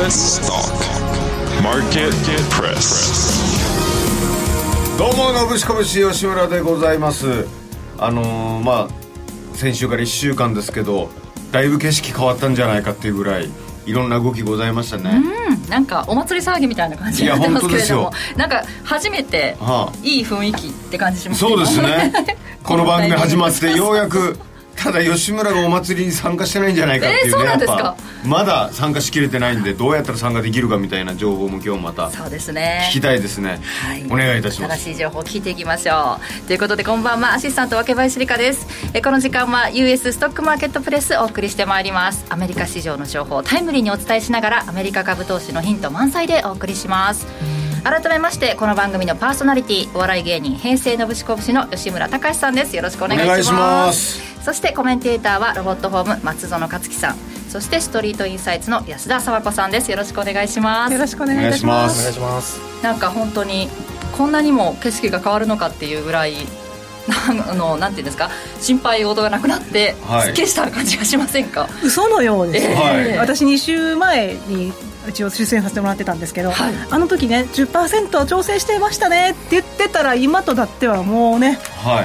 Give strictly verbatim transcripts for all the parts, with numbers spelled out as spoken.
エス Stock Market Press。 どうものぶしこぶし吉村でございます。あのー、まあ先週からいっしゅうかんですけど、だいぶ景色変わったんじゃないかっていうぐらいいろんな動きございましたね。 うん、なんかお祭り騒ぎみたいな感じになってますけれども、なんか初めていい雰囲気って感じしますね。 そうですねこの番組始まってようやくただ吉村がお祭りに参加してないんじゃないかっていうね、 えー、そうなんですか。 やっぱまだ参加しきれてないんで、どうやったら参加できるかみたいな情報も今日またそうですね、 聞きたいですね、はい、お願いいたします。 正しい情報を聞いていきましょう。ということでこんばんは、アシスタント若林理香です。えこの時間は ユーエス ストックマーケットプレスお送りしてまいります。アメリカ市場の情報をタイムリーにお伝えしながらアメリカ株投資のヒント満載でお送りします。改めましてこの番組のパーソナリティ、お笑い芸人平成のぶしこぶしの吉村隆さんです。よろしくお願いします。お願いします。そしてコメンテーターはロボットホーム松園克樹さん、そしてストリートインサイツの安田佐和子さんです。よろしくお願いします。 よろしくお願いいたします。 お願いします。 なんか本当にこんなにも景色が変わるのかっていうぐらいあのなんていうんですか、心配事がなくなって、はい、すっきりした感じがしませんか。 嘘のようです、ね、 えー、 私に週前に一応出演させてもらってたんですけど、はい、あの時ね じゅっパーセント 調整していましたねって言ってたら、今とだってはもうね、はい、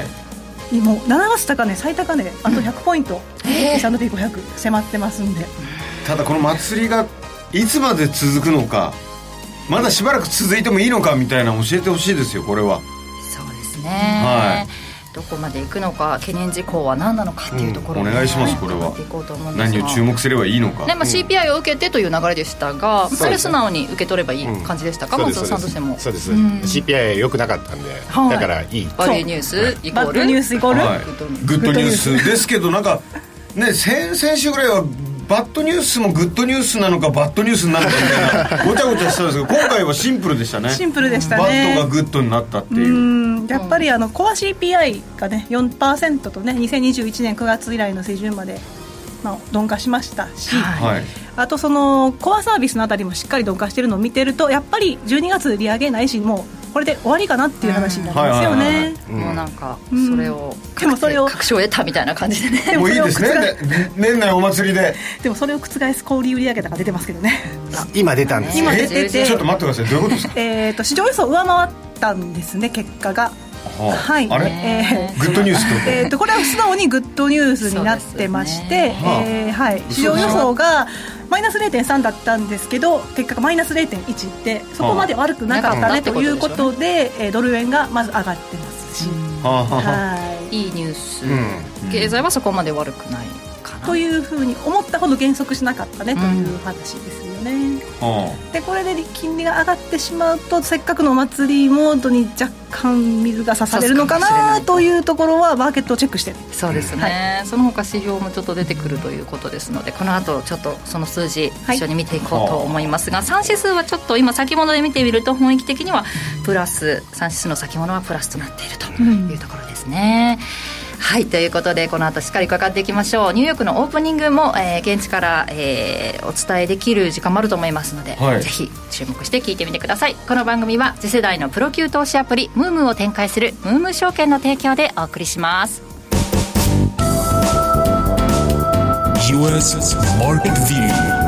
もうなながつ高値最高値あとひゃくポイント、うん、エスアンドピーごひゃく 迫ってますんで、 ただこの祭りがいつまで続くのか、まだしばらく続いてもいいのかみたいな教えてほしいですよ。これはそうですね、はい、どこまで行くのか、懸念事項は何なのかっていうところを、ね、 うん、お願いします。これは何を注目すればいいのか、 ね、まあ、シーピーアイ を受けてという流れでしたが、うん、それ素直に受け取ればいい感じでしたか、松尾さんとしても。 そうです、うん、シーピーアイ 良くなかったんで、はい、だからいいバリューニュースイコールバッドニュースイコール、はい、 グッドニュースですけど、なんかね、先, 先週ぐらいはバッドニュースもグッドニュースなのかバッドニュースなのかみたいなごちゃごちゃしたんですけど、今回はシンプルでしたね。 シンプルでしたね。 バッドがグッドになったっていう。 うん、やっぱりあのコア シーピーアイ がね よんパーセント とねにせんにじゅういちねんくがつ以来の水準まで、まあ、鈍化しましたし、はい、あとそのコアサービスのあたりもしっかり鈍化してるのを見てると、やっぱりじゅうにがつ利上げないし、もうこれで終わりかなっていう話になりますよね。 もうなんかそれをでもそれを確証を得たみたいな感じでね。 でもいいですね、年内お祭りで。 でもそれを覆す小売売上高が出てますけどね。 今出たんですよ。 今出てて、 ちょっと待ってください、どういうことですか。 えーと市場予想上回ったんですね、結果が。 はあ、はい、あれ、えー、グッドニュースと、 えー、とこれは素直にグッドニュースになってまして、ね、えーはい、市場予想がマイナス れいてんさん だったんですけど、結果がマイナス れいてんいち でそこまで悪くなかったねということで、えー、ドル円がまず上がってますし、 はい、いいニュース、うん、経済はそこまで悪くないかなというふうに思ったほど減速しなかったねという話ですよね、うん、でこれで金利が上がってしまうと、せっかくのお祭りモードに若干水が差されるのかなというところはマーケットをチェックしてる。 そうですね、はい、その他指標もちょっと出てくるということですので、この後ちょっとその数字一緒に見ていこうと思いますが、はい、さん指数はちょっと今先物で見てみると雰囲気的にはプラス、さん指数の先物はプラスとなっているというところですね、うん、はい、ということでこの後しっかり伺っていきましょう。ニューヨークのオープニングも、えー、現地から、えー、お伝えできる時間もあると思いますので、はい、ぜひ注目して聞いてみてください。この番組は次世代のプロ級投資アプリムームを展開するムーム証券の提供でお送りします。 ユーエス Market View。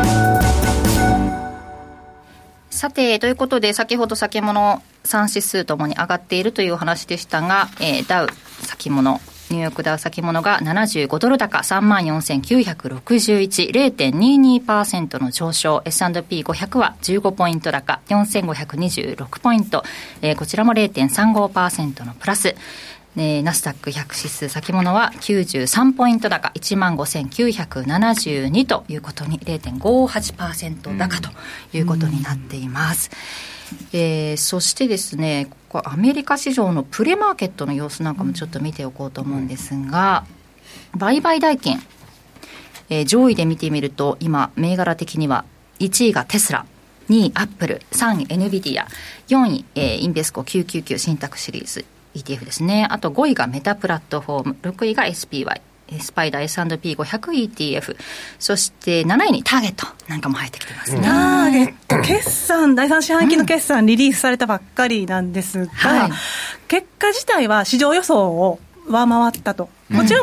さて、ということで先ほど先物さん指数ともに上がっているというお話でしたが、えー、ダウ先物ニューヨークダウ先物がななじゅうごドル高 さんまんよんせんきゅうひゃくろくじゅういち、れいてんににパーセント の上昇。 エスアンドピーごひゃく はじゅうごポイント高よんせんごひゃくにじゅうろくポイント、えー、こちらも れいてんさんごパーセント のプラス。えー、ナスダックひゃく指数先物はきゅうじゅうさんポイント高 いちまんごせんきゅうひゃくななじゅうに ということに れいてんごはちパーセント 高ということになっています、えー、そしてですね、ここアメリカ市場のプレマーケットの様子なんかもちょっと見ておこうと思うんですが、売買代金、えー、上位で見てみると今銘柄的にはいちいがテスラ、にいアップル、さんいエヌビディア、よんい、えー、インベスコきゅうきゅうきゅう信託シリーズイーティーエフ ですね。あとごいがメタプラットフォーム、ろくいが エスピーワイ、 スパイダー エスアンドピーごひゃくイーティーエフ、 そしてなないにターゲットなんかも入ってきてますね、うん、 ターゲット決算、だいさん四半期の決算リリースされたばっかりなんですが、うん、はい、結果自体は市場予想を上回ったと、もちろんも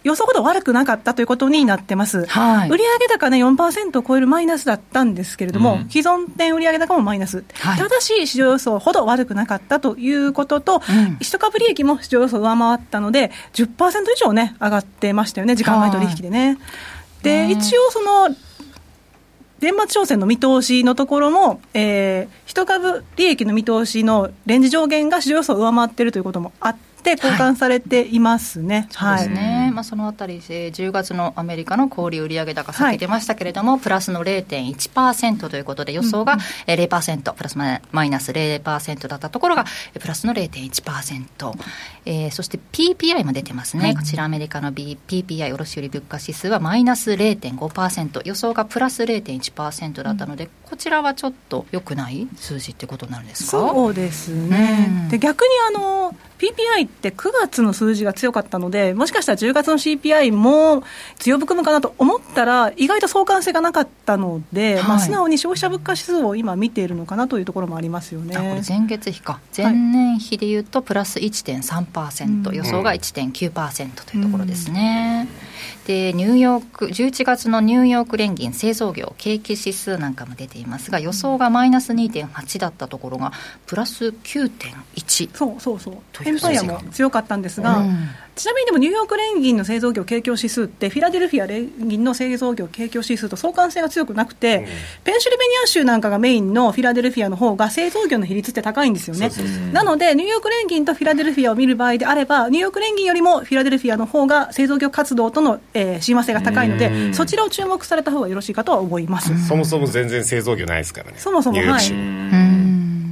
予想ほど悪くなかったということになってます、 はい、 売上高ね よんパーセント を超えるマイナスだったんですけれども、うん、既存店売上高もマイナス、はい、ただし市場予想ほど悪くなかったということと、うん、一株利益も市場予想を上回ったので じゅっパーセント 以上ね上がってましたよね、時間外取引でね。で一応その年末商戦の見通しのところも、えー、一株利益の見通しのレンジ上限が市場予想を上回っているということもあって交換されていますね。 はい、そうですね、まあ、そのあたりじゅうがつのアメリカの小売売上高さっき出ましたけれども、はい、プラスの れいてんいちパーセント ということで予想が ゼロパーセント、プラスマイナス ゼロパーセント だったところがプラスの れいてんいちパーセント、えー、そして ピーピーアイ も出てますね、はい、こちらアメリカの ピーピーアイ 卸売物価指数はマイナス れいてんごパーセント、予想がプラス れいてんいちパーセント だったので、うん、こちらはちょっと良くない数字ってことになるんですか。 そうですね、うん、で逆にあの ピーピーアイ ってくがつの数字が強かったので、もしかしたらじゅうがつの シーピーアイ も強含むかなと思ったら意外と相関性がなかったので、はい、まあ、素直に消費者物価指数を今見ているのかなというところもありますよね。 あ、これ前月比か、前年比でいうとプラス いってんさんパーセント、うん、予想が いってんきゅうパーセント というところですね、うん、でニューヨークじゅういちがつのニューヨーク連銀製造業景気指数なんかも出ていますが、予想がマイナス にてんはち だったところがプラス きゅうてんいち、 そうそうそう、エンパイアも強かったんですが、うん、ちなみにでもニューヨーク連銀の製造業景況指数ってフィラデルフィア連銀の製造業景況指数と相関性が強くなくて、うん、ペンシルベニア州なんかがメインのフィラデルフィアの方が製造業の比率って高いんですよね。そうそうそう、なのでニューヨーク連銀とフィラデルフィアを見る場合であれば、ニューヨーク連銀よりもフィラデルフィアの方が製造業活動との、えー、親和性が高いので、そちらを注目された方がよろしいかとは思います。 そもそも全然製造業ないですからね、 そもそも。はい、 うん、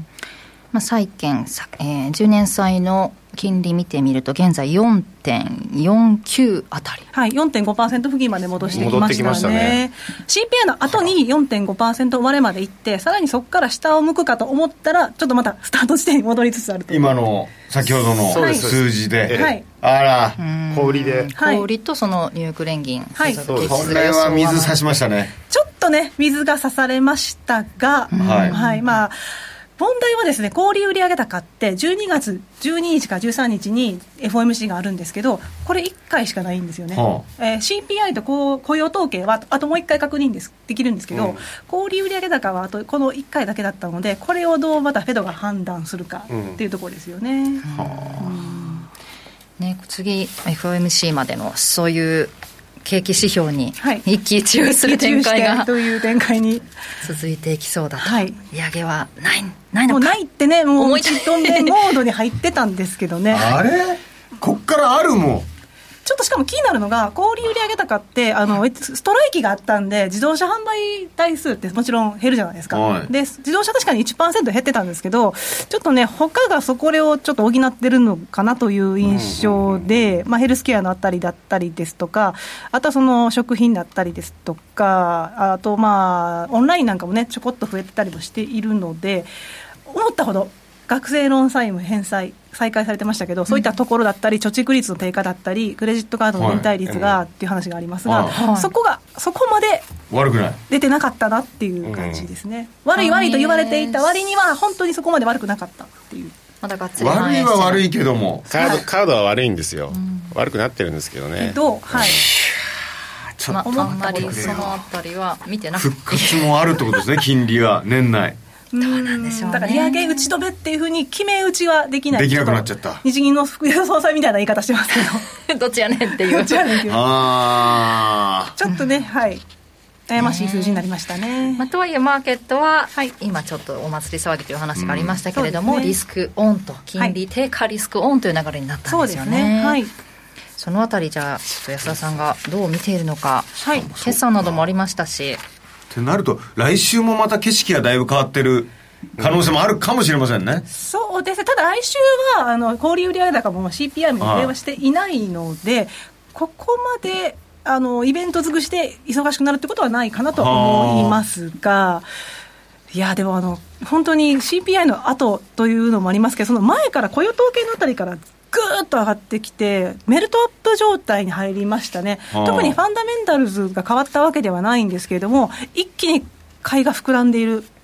まあ、債券、えー、じゅうねん債の金利見てみると現在 よんてんよんきゅう あたり、 はい、よんてんごパーセント 付近まで戻してきましたね。戻ってきましたね。 シーピーアイ の後に よんてんごパーセント 割れまでいって、さらにそこから下を向くかと思ったらちょっとまたスタート地点に戻りつつあると。 今の先ほどの数字で、 はい、 あら小売りで、 はい、小売りとそのニューヨーク連銀、 はい、 これは水差しましたね。 ちょっとね水が差されましたが、はいはい、まあ問題はですね、小売売上高ってじゅうにがつじゅうににちからじゅうさんにちに エフオーエムシー があるんですけど、これいっかいしかないんですよね、はあ、えー、シーピーアイ と雇用統計はあともういっかい確認ですできるんですけど、うん、小売売上高はあとこのいっかいだけだったので、これをどうまたフェドが判断するかっていうところですよね、うんはあうん、ね、次 エフオーエムシー までのそういう景気指標に一喜一憂する展開がという展開に続いていきそうだと、 はい、 利上げはないないのか、 もうないってね、もう打ち飛んでモードに入ってたんですけどねあれこっからあるもん。 ちょっとしかも気になるのが、小売売上高ってあのストライキがあったんで自動車販売台数ってもちろん減るじゃないですか、はい、で自動車確かに いちパーセント 減ってたんですけど、ちょっとね他がそこをちょっと補ってるのかなという印象で、まあ、ヘルスケアのあたりだったりですとか、あとはその食品だったりですとか、あとまあオンラインなんかもねちょこっと増えてたりもしているので、思ったほど学生ローン債務返済再開されてましたけど、そういったところだったり貯蓄率の低下だったりクレジットカードの延滞率がっていう話がありますが、はい、そこがそこまで悪くない出てなかったなっていう感じですね、うん、悪い悪いと言われていた割には本当にそこまで悪くなかったっていう。 まだがっつり悪いは悪いけどもカード、カードは悪いんですよ、うん、悪くなってるんですけどね。 どう、はい、 ちょっと、まあ、あんまりそのあたりは見てなくて、 復活もあるってことですね金利は年内どうなんでしょうね。 だから利上げ打ち止めっていうふうに決め打ちはできない。 できなくなっちゃった。 日銀の福田総裁みたいな言い方してますけどどっちやねんっていうどっちやねんっていうあちょっとね、はい悩ましい数字になりましたね、 まあ、とはいえマーケットは、はい、今ちょっとお祭り騒ぎという話がありましたけれども、うんね、リスクオンと金利低下リスクオンという流れになったんですよね。そうですね、はい、そのあたりじゃあちょっと安田さんがどう見ているのか、はい、決算などもありましたしってなると来週もまた景色がだいぶ変わってる可能性もあるかもしれませんね、うん、 そうですね。ただ来週はあの小売売上高も シーピーアイ も予定はしていないので、ここまであのイベント尽くして忙しくなるってことはないかなと思いますが、いやでもあの本当に シーピーアイ の後というのもありますけど、その前から雇用統計のあたりからぐーっと上がってきてメルトアップ状態に入りましたね。特にファンダメンタルズが変わったわけではないんですけれども、一気に買いが膨らんでいる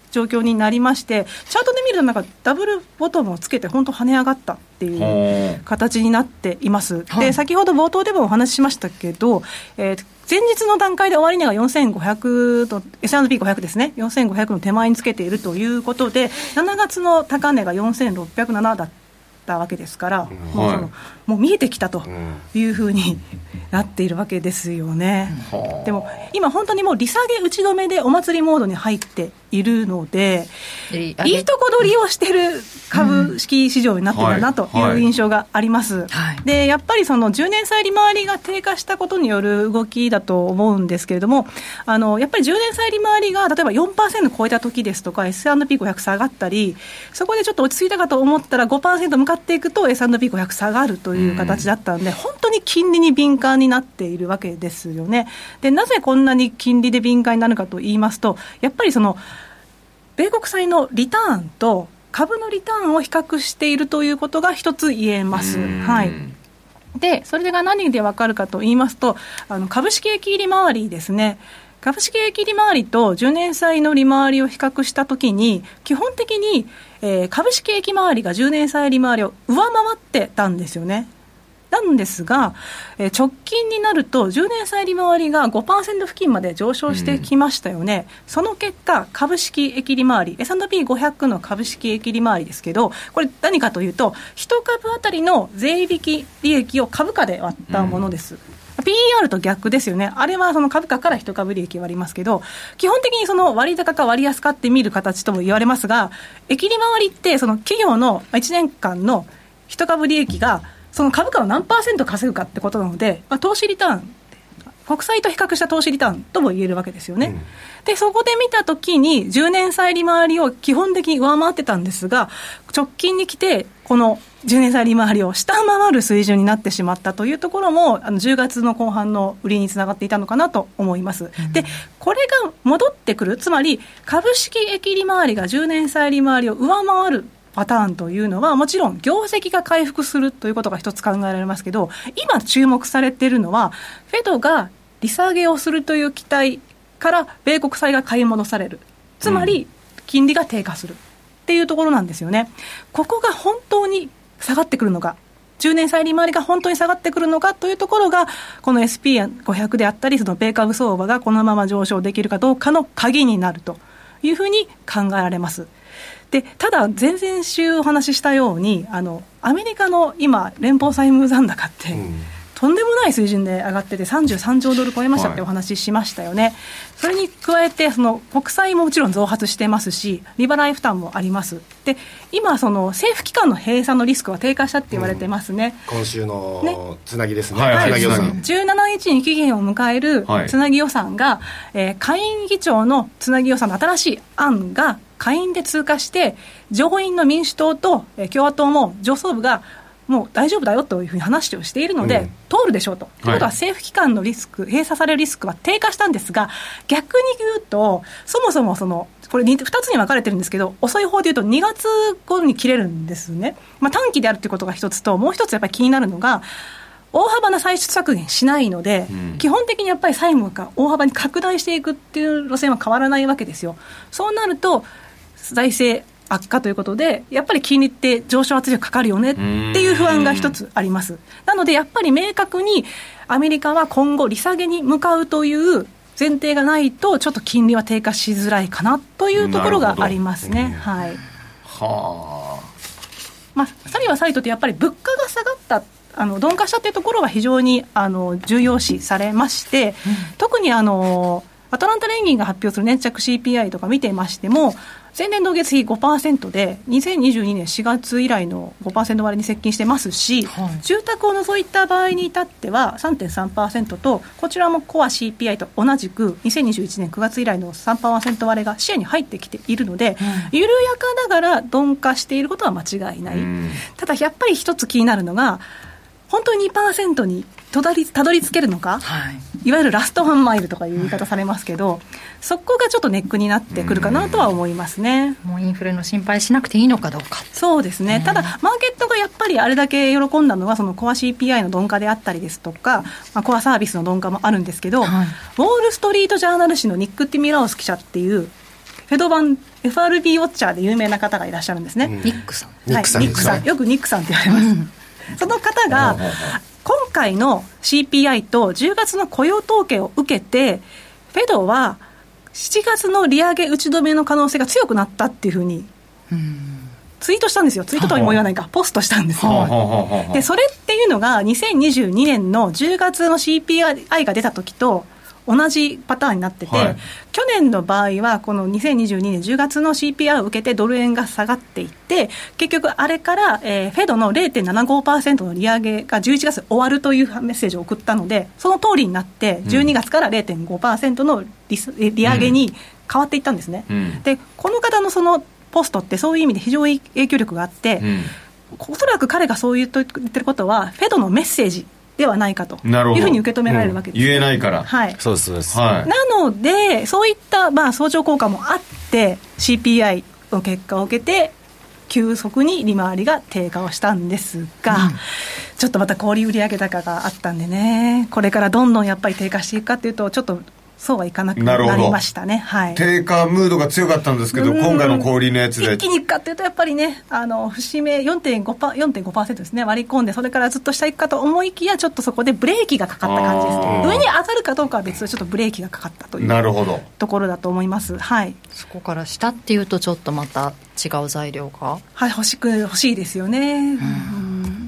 状況になりまして、チャートで見るとなんかダブルボトムをつけて本当跳ね上がったっていう形になっています。で、先ほど冒頭でもお話ししましたけど、えー、前日の段階で終値がよんせんごひゃくと エスアンドピーごひゃく ですね、よんせんごひゃくの手前につけているということで、しちがつの高値がよんせんろっぴゃくななだったわけですから、うん、もうその、はい、もう見えてきたというふうになっているわけですよね、うん、でも今本当にもう利下げ打ち止めでお祭りモードに入っているので、いいとこ取りをしている株式市場になっているなという印象があります、うんはいはい、でやっぱりそのじゅうねん債利回りが低下したことによる動きだと思うんですけれども、あのやっぱりじゅうねん債利回りが例えば よんパーセント 超えた時ですとか エスアンドピーごひゃく 下がったり、そこでちょっと落ち着いたかと思ったら ごパーセント 向かっていくと エスアンドピーごひゃく 下がるという形だったので、うん、本当に金利に敏感になっているわけですよね。でなぜこんなに金利で敏感になるかと言いますと、やっぱりその米国債のリターンと株のリターンを比較しているということが一つ言えます、はい、でそれが何でわかるかと言いますと、あの株式益利回りですね、株式益利回りとじゅうねん債の利回りを比較したときに基本的に、えー、株式益回りがじゅうねん債利回りを上回ってたんですよね。なんですが、えー、直近になるとじゅうねん債利回りが ごパーセント 付近まで上昇してきましたよね、うん、その結果株式益利回り エスアンドピーごひゃく の株式益利回りですけど、これ何かというといち株あたりの税引き利益を株価で割ったものです、うん、ピーイーアール と逆ですよね。あれはその株価からいち株利益割りますけど、基本的にその割高か割安かって見る形とも言われますが、益利回りってその企業のいちねんかんのいち株利益がその株価の何パーセント稼ぐかってことなので、まあ、投資リターン、国債と比較した投資リターンとも言えるわけですよね、うん、でそこで見たときにじゅうねん債利回りを基本的に上回ってたんですが、直近に来てこのじゅうねん債利回りを下回る水準になってしまったというところも、あのじゅうがつの後半の売りにつながっていたのかなと思います、うん、でこれが戻ってくる、つまり株式益利回りがじゅうねん債利回りを上回るパターンというのは、もちろん業績が回復するということが一つ考えられますけど、今注目されているのはフェドが利下げをするという期待から米国債が買い戻される、つまり金利が低下するっていうところなんですよね。ここが本当に下がってくるのか、じゅうねん債利回りが本当に下がってくるのかというところが、この エスピーごひゃく であったり、その米株相場がこのまま上昇できるかどうかの鍵になるというふうに考えられます。でただ前々週お話ししたように、あのアメリカの今連邦債務残高って、うん、とんでもない水準で上がっててさんじゅうさんじょうドル超えましたってお話ししましたよね、はい、それに加えてその国債ももちろん増発してますし、利払い負担もあります。で今その政府機関の閉鎖のリスクは低下したって言われてますね、 うん、今週の、ね、つなぎですね、 はいはい、 つなぎ予算じゅうしちにちに期限を迎えるつなぎ予算が、はい、えー、下院議長のつなぎ予算の新しい案が下院で通過して、上院の民主党と共和党も上層部がもう大丈夫だよというふうに話をしているので、うん、通るでしょうと、はい、ということは政府機関のリスク、閉鎖されるリスクは低下したんですが、逆に言うとそもそもそのこれふたつに分かれてるんですけど、遅い方で言うとにがつ頃に切れるんですね、まあ、短期であるということが一つと、もう一つやっぱり気になるのが大幅な歳出削減しないので、うん、基本的にやっぱり債務が大幅に拡大していくっていう路線は変わらないわけですよ。そうなると財政悪化ということで、やっぱり金利って上昇圧力かかるよねっていう不安が一つあります。なのでやっぱり明確にアメリカは今後利下げに向かうという前提がないと、ちょっと金利は低下しづらいかなというところがありますね、はい、はあ、まあ、さりはさりとってやっぱり物価が下がった、あの鈍化したというところは非常にあの重要視されまして、うん、特にあのアトランタ連銀が発表する年着 シーピーアイ とか見てましても、前年同月比 ごパーセント でにせんにじゅうにねんしがつ以来の ごパーセント 割れに接近してますし、はい、住宅を除いた場合に至っては さんてんさんパーセント と、こちらもコア シーピーアイ と同じくにせんにじゅういちねんくがつ以来の さんパーセント 割れが視野に入ってきているので、うん、緩やかながら鈍化していることは間違いない、うん、ただやっぱり一つ気になるのが、本当に にパーセント にたどり、たどり着けるのか、はい、いわゆるラストワンマイルとかいう言い方されますけど、はい、そこがちょっとネックになってくるかなとは思いますね。 もうインフレの心配しなくていいのかどうか。 そうですね、ただマーケットがやっぱりあれだけ喜んだのは、そのコア シーピーアイ の鈍化であったりですとか、まあ、コアサービスの鈍化もあるんですけど、はい、ウォールストリートジャーナル紙のニック・ティミラオス記者っていうフェド版 エフアールビー ウォッチャーで有名な方がいらっしゃるんですね、うん、 ニックさん、 はい、ニックさん、ニックさん、よくニックさんって言われます、うん、その方が今回の シーピーアイ とじゅうがつの雇用統計を受けてフェドはしちがつの利上げ打ち止めの可能性が強くなったっていうふうにツイートしたんですよ。ツイートとはも言わないか、ポストしたんですよ。でそれっていうのがにせんにじゅうにねんのじゅうがつの シーピーアイ が出た時と同じパターンになってて、はい、去年の場合はこのにせんにじゅうにねんじゅうがつの シーピーアイ を受けてドル円が下がっていって結局あれから、えー、フェドの ゼロてんななごパーセント の利上げがじゅういちがつ終わるというメッセージを送ったのでその通りになってじゅうにがつから ゼロてんごパーセント の 利, 利上げに変わっていったんですね、うん、でこの方のそのポストってそういう意味で非常に影響力があって、うん、おそらく彼がそう言ってることはフェドのメッセージではないかというふうに受け止められるわけです、 うん、言えないから、 はい、 そうですそうです、 はい、なのでそういった、まあ、相乗効果もあって シーピーアイ の結果を受けて急速に利回りが低下をしたんですが、うん、ちょっとまた小売売上高があったんでねこれからどんどんやっぱり低下していくかというとちょっとそうはいかなくなりましたね、はい、 低下ムードが強かったんですけど今回の小売のやつで一気にいくかというとやっぱりねあの節目 よんてんごパーセント ですね割り込んでそれからずっと下行くかと思いきやちょっとそこでブレーキがかかった感じですね。上に上がるかどうかは別でちょっとブレーキがかかったというなるほどところだと思います、はい、 そこから下っていうとちょっとまた違う材料が、 はい、欲しく欲しいですよね、うん、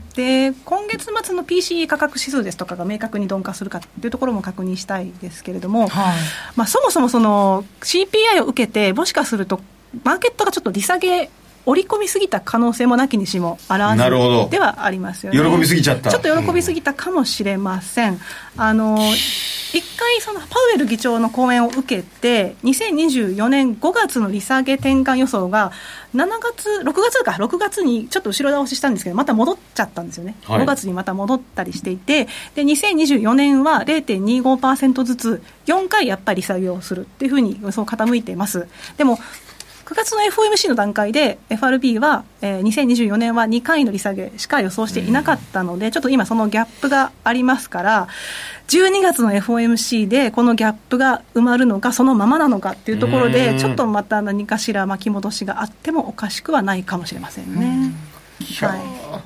で今月末の ピーシーイー 価格指数ですとかが明確に鈍化するかというところも確認したいですけれども、はいまあ、そもそもその シーピーアイ を受けてもしかするとマーケットがちょっと利下げ織り込みすぎた可能性もなきにしもあらずではありますよね。 喜びすぎちゃったちょっと喜びすぎたかもしれません、うん、あの一回そのパウエル議長の講演を受けてにせんにじゅうよねんごがつの利下げ転換予想がしちがつろくがつかろくがつにちょっと後ろ倒ししたんですけどまた戻っちゃったんですよね、はい、ごがつにまた戻ったりしていてでにせんにじゅうよねんは ゼロてんにごパーセント ずつよんかいやっぱり利下げをするっていうふうに予想傾いています。でもくがつの エフオーエムシー の段階で エフアールビー は、えー、にせんにじゅうよねんはにかいの利下げしか予想していなかったので、うん、ちょっと今そのギャップがありますからじゅうにがつの エフオーエムシー でこのギャップが埋まるのかそのままなのかっていうところでちょっとまた何かしら巻き戻しがあってもおかしくはないかもしれませんね、うんはい、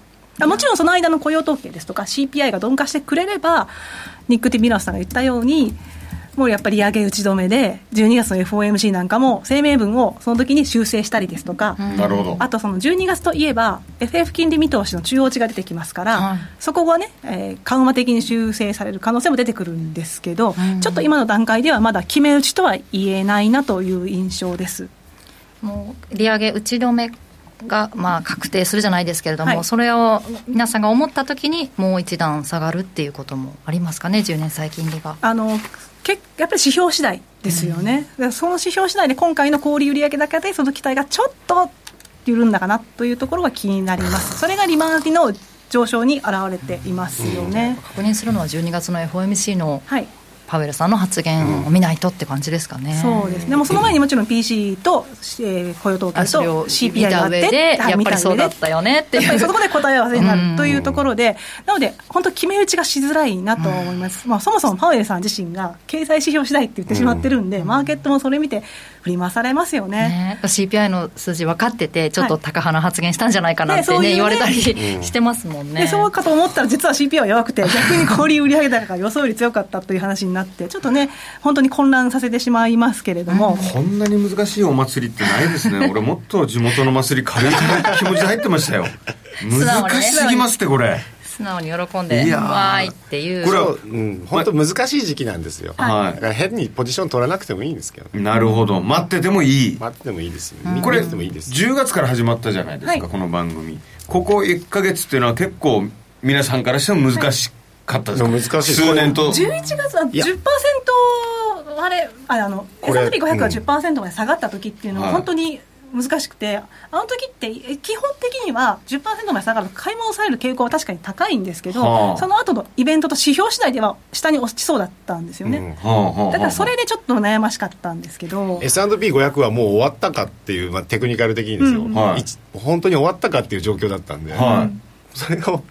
もちろんその間の雇用統計ですとか シーピーアイ が鈍化してくれればニック・ティミラスさんが言ったようにもうやっぱり利上げ打ち止めでじゅうにがつの エフオーエムシー なんかも声明文をその時に修正したりですとか、 なるほど。 あとそのじゅうにがつといえば エフエフ 金利見通しの中央値が出てきますから、はい、そこがね、えー、緩和的に修正される可能性も出てくるんですけど、ちょっと今の段階ではまだ決め打ちとは言えないなという印象です。 もう利上げ打ち止めがまあ確定するじゃないですけれども、はい、それを皆さんが思った時にもう一段下がるっていうこともありますかね。じゅうねん債金利があのけやっぱり指標次第ですよね、うん、その指標次第で今回の小売売上高でその期待がちょっと緩んだかなというところが気になります。それが利回りの上昇に現れていますよね、 うん、確認するのはじゅうにがつの エフオーエムシー の、はいパウエルさんの発言を見ないとって感じですかね、 うん、そうですね。でもその前にもちろん ピーシー と、えー、雇用統計と シーピーアイ があって見た上でやっぱりそうだったよねっていう、 やっぱりそこで答え合わせになるというところで、なので本当決め打ちがしづらいなと思います、まあ、そもそもパウエルさん自身が経済指標次第って言ってしまってるんで、うん、マーケットもそれ見て振り回されますよね。 ね シーピーアイ の数字分かっててちょっと高派な発言したんじゃないかなって、ねはいね、言われたりしてますもんね。 でそうかと思ったら実は シーピーアイ は弱くて逆に小売売上高が予想より強かったという話になってちょっとね本当に混乱させてしまいますけれども、 うん、こんなに難しいお祭りってないですね俺もっと地元の祭り軽い気持ちで入ってましたよ難しすぎますってこれ素直に喜んでわーいっていうこれは、うん、本当難しい時期なんですよ、はい、だから変にポジション取らなくてもいいんですけど、ね、 なるほど待っててもいい待っててもいいですよ、 うん、これじゅうがつから始まったじゃないですか、はい、この番組ここいっかげつっていうのは結構皆さんからしても難しい、はいかったですか。 難しい数年とじゅういちがつは じゅっパーセント あれああの エスアンドピーごひゃく が じゅっパーセント まで下がった時っていうのは本当に難しくて、はい、あの時って基本的には じゅっパーセント まで下がると買い戻される傾向は確かに高いんですけど、はあ、その後のイベントと指標次第では下に落ちそうだったんですよね、うんはあはあ、だからそれでちょっと悩ましかったんですけどエスアンドピーごひゃく はもう終わったかっていう、まあ、テクニカル的にですよ、うんはい、本当に終わったかっていう状況だったんで、はい、それが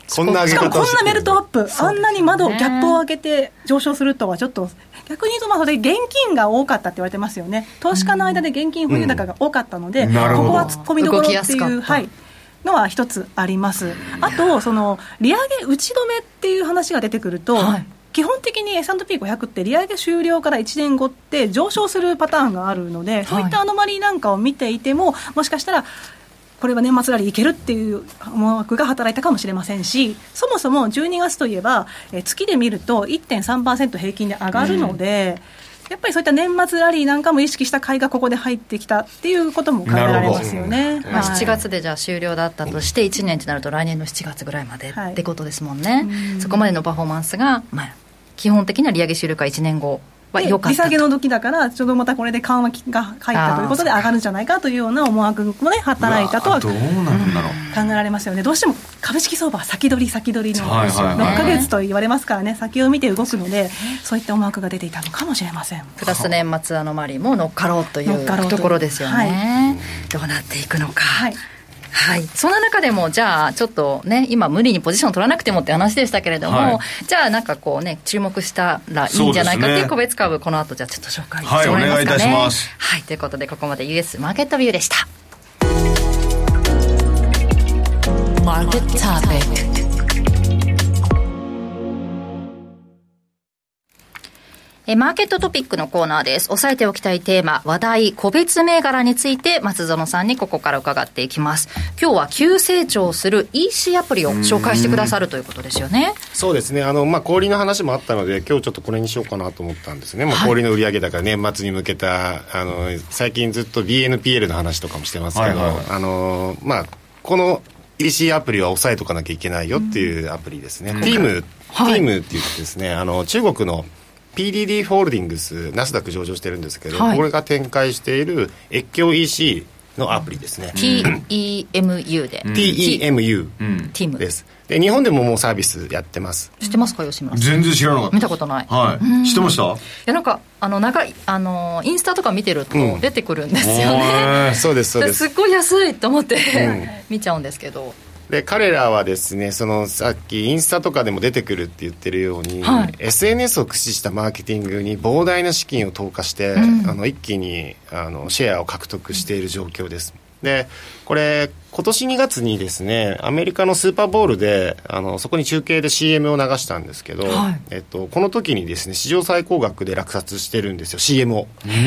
こんな上げ方をしてる。 しかもこんなメルトアップ、あんなに窓、ギャップを開けて上昇するとはちょっと逆に言うと、まあそれ現金が多かったって言われてますよね。投資家の間で現金保有高が多かったので、うん、ここは突っ込みどころっていう、はい、のは一つあります。あとその利上げ打ち止めっていう話が出てくると、はい、基本的に エスアンドピーごひゃく って利上げ終了からいちねんごって上昇するパターンがあるので、はい、そういったアノマリーなんかを見ていても、もしかしたらこれは年末ラリーいけるっていう思惑が働いたかもしれませんし、そもそもじゅうにがつといえば、え月で見ると いってんさんパーセント 平均で上がるので、うん、やっぱりそういった年末ラリーなんかも意識した買いがここで入ってきたっていうことも考えられますよね。 まあ、しちがつでじゃあ終了だったとしていちねんとなると来年のしちがつぐらいまでってことですもんね、はい、そこまでのパフォーマンスが、まあ、基本的な利上げ終了からいちねんごは良かったと。 利下げの時だからちょうどまたこれで緩和が入ったということで上がるんじゃないかというような思惑もね働いたとはどうなんだろう、 考えられますよね。どうしても株式相場は先取り先取りのろっかげつと言われますからね、先を見て動くのでそういった思惑が出ていたのかもしれません。 プラス年末アノマリーも乗っかろうというところですよね、はい、どうなっていくのか、はいはい、そんな中でもじゃあちょっとね今無理にポジション取らなくてもって話でしたけれども、はい、じゃあなんかこうね注目したらいいんじゃないかっていう個別株、この後じゃあちょっと紹介してもらえますかね。はい、お願いいたします。はい、ということでここまで ユーエス マーケットビューでした。マーケットトピック。えマーケットトピックのコーナーです。押さえておきたいテーマ、話題、個別銘柄について松園さんにここから伺っていきます。今日は急成長する イーシー アプリを紹介してくださるということですよね。 そうですね、あの、まあ、小売の話もあったので今日ちょっとこれにしようかなと思ったんですね、まあ、小売の売上高年末に向けたあの最近ずっと ビーエヌピーエル の話とかもしてますけど、はいはい、あのまあ、この イーシー アプリは押さえとかなきゃいけないよっていうアプリですね、うん、ティーム、はい、ティームって言ってですね、あの中国のピーディーディー ホールディングスナスダック上場してるんですけど、はい、これが展開している越境 イーシー のアプリですね、 ティーイーエムユー で、 うん、ティーイーエムユー です。で日本でももうサービスやってます。 知ってますか吉村さん。 全然知らなかった。 見たことない、 はい、知ってました。いやなんかあの長いあのインスタとか見てると出てくるんですよね、 うん、そうですそうです。 すっごい安いと思って、うん、見ちゃうんですけど、 で彼らはですね、そのさっきインスタとかでも出てくるって言ってるように、はい、エスエヌエス を駆使したマーケティングに膨大な資金を投下して、うん、あの一気にあのシェアを獲得している状況です。でこれ今年にがつにですねアメリカのスーパーボウルであのそこに中継で シーエム を流したんですけど、はい、えっと、この時にですね史上最高額で落札してるんですよ シーエム を。うん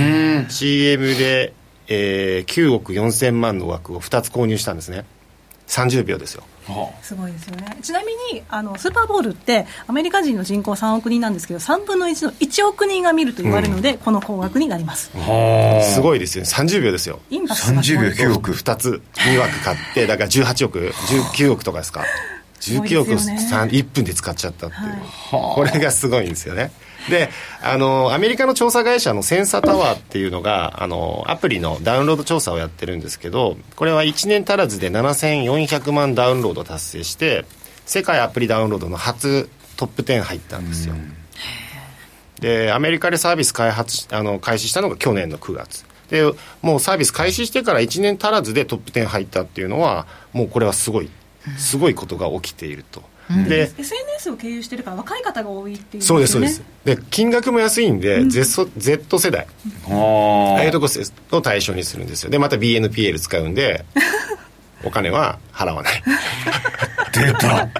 シーエム で、えー、きゅうおくよんせんまんの枠をふたつ購入したんですね。さんじゅうびょうですよ。 すごいですよね。ちなみにあのスーパーボウルってアメリカ人の人口さんおくにんなんですけどさんぶんのいちのいちおくにんが見ると言われるので、うん、この高額になります。 すごいですよね。さんじゅうびょうですよ。 インパクトさんじゅうびょうきゅうおくふたつにわく買ってだからじゅうはちおくじゅうきゅうおくとかですか。じゅうきゅうおくをいっぷんで使っちゃったっていう、はい、これがすごいんですよね。であのアメリカの調査会社のセンサータワーっていうのがあのアプリのダウンロード調査をやってるんですけど、これはいちねん足らずでななせんよんひゃくまんダウンロード達成して世界アプリダウンロードの初トップじゅう入ったんですよ。でアメリカでサービス開発あの開始したのが去年のくがつで、もうサービス開始してからいちねん足らずでトップじゅう入ったっていうのはもうこれはすごいすごいことが起きていると。 で エスエヌエス を経由してるから若い方が多いっていう、ね、 そうですそうです。で金額も安いんで、うん、Z, Z 世代、うん、ああいうとこを対象にするんですよ。でまた ビーエヌピーエル 使うんでお金は払わない出た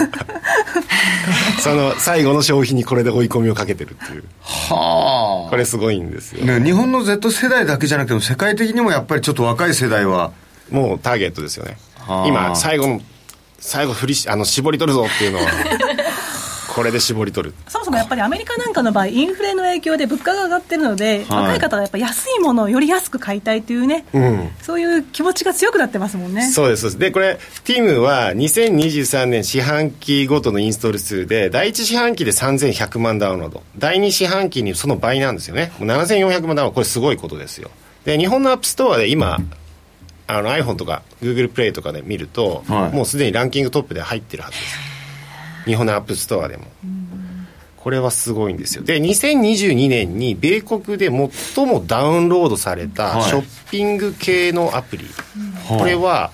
その最後の消費にこれで追い込みをかけてるっていう。はあ、これすごいんですよ、 ね、日本の Z 世代だけじゃなくても世界的にもやっぱりちょっと若い世代はもうターゲットですよね。今最後の最後振りしあの絞り取るぞっていうのはこれで絞り取る。 そもそもやっぱりアメリカなんかの場合インフレの影響で物価が上がってるので、はい、若い方はやっぱ安いものをより安く買いたいというね、うん、そういう気持ちが強くなってますもんね。 そうですそうです。でこれ ティーム はにせんにじゅうさんねん四半期ごとのインストール数でだいいち四半期でさんぜんひゃくまんダウンロード、だいに四半期にその倍なんですよね。もうななせんよんひゃくまんダウンロード、これすごいことですよ。で日本のアップストアで今あの iPhone とか Google プレイとかで見ると、はい、もうすでにランキングトップで入ってるはずです。日本のアップストアでも。これはすごいんですよ。でにせんにじゅうにねんに米国で最もダウンロードされたショッピング系のアプリ、はい、これは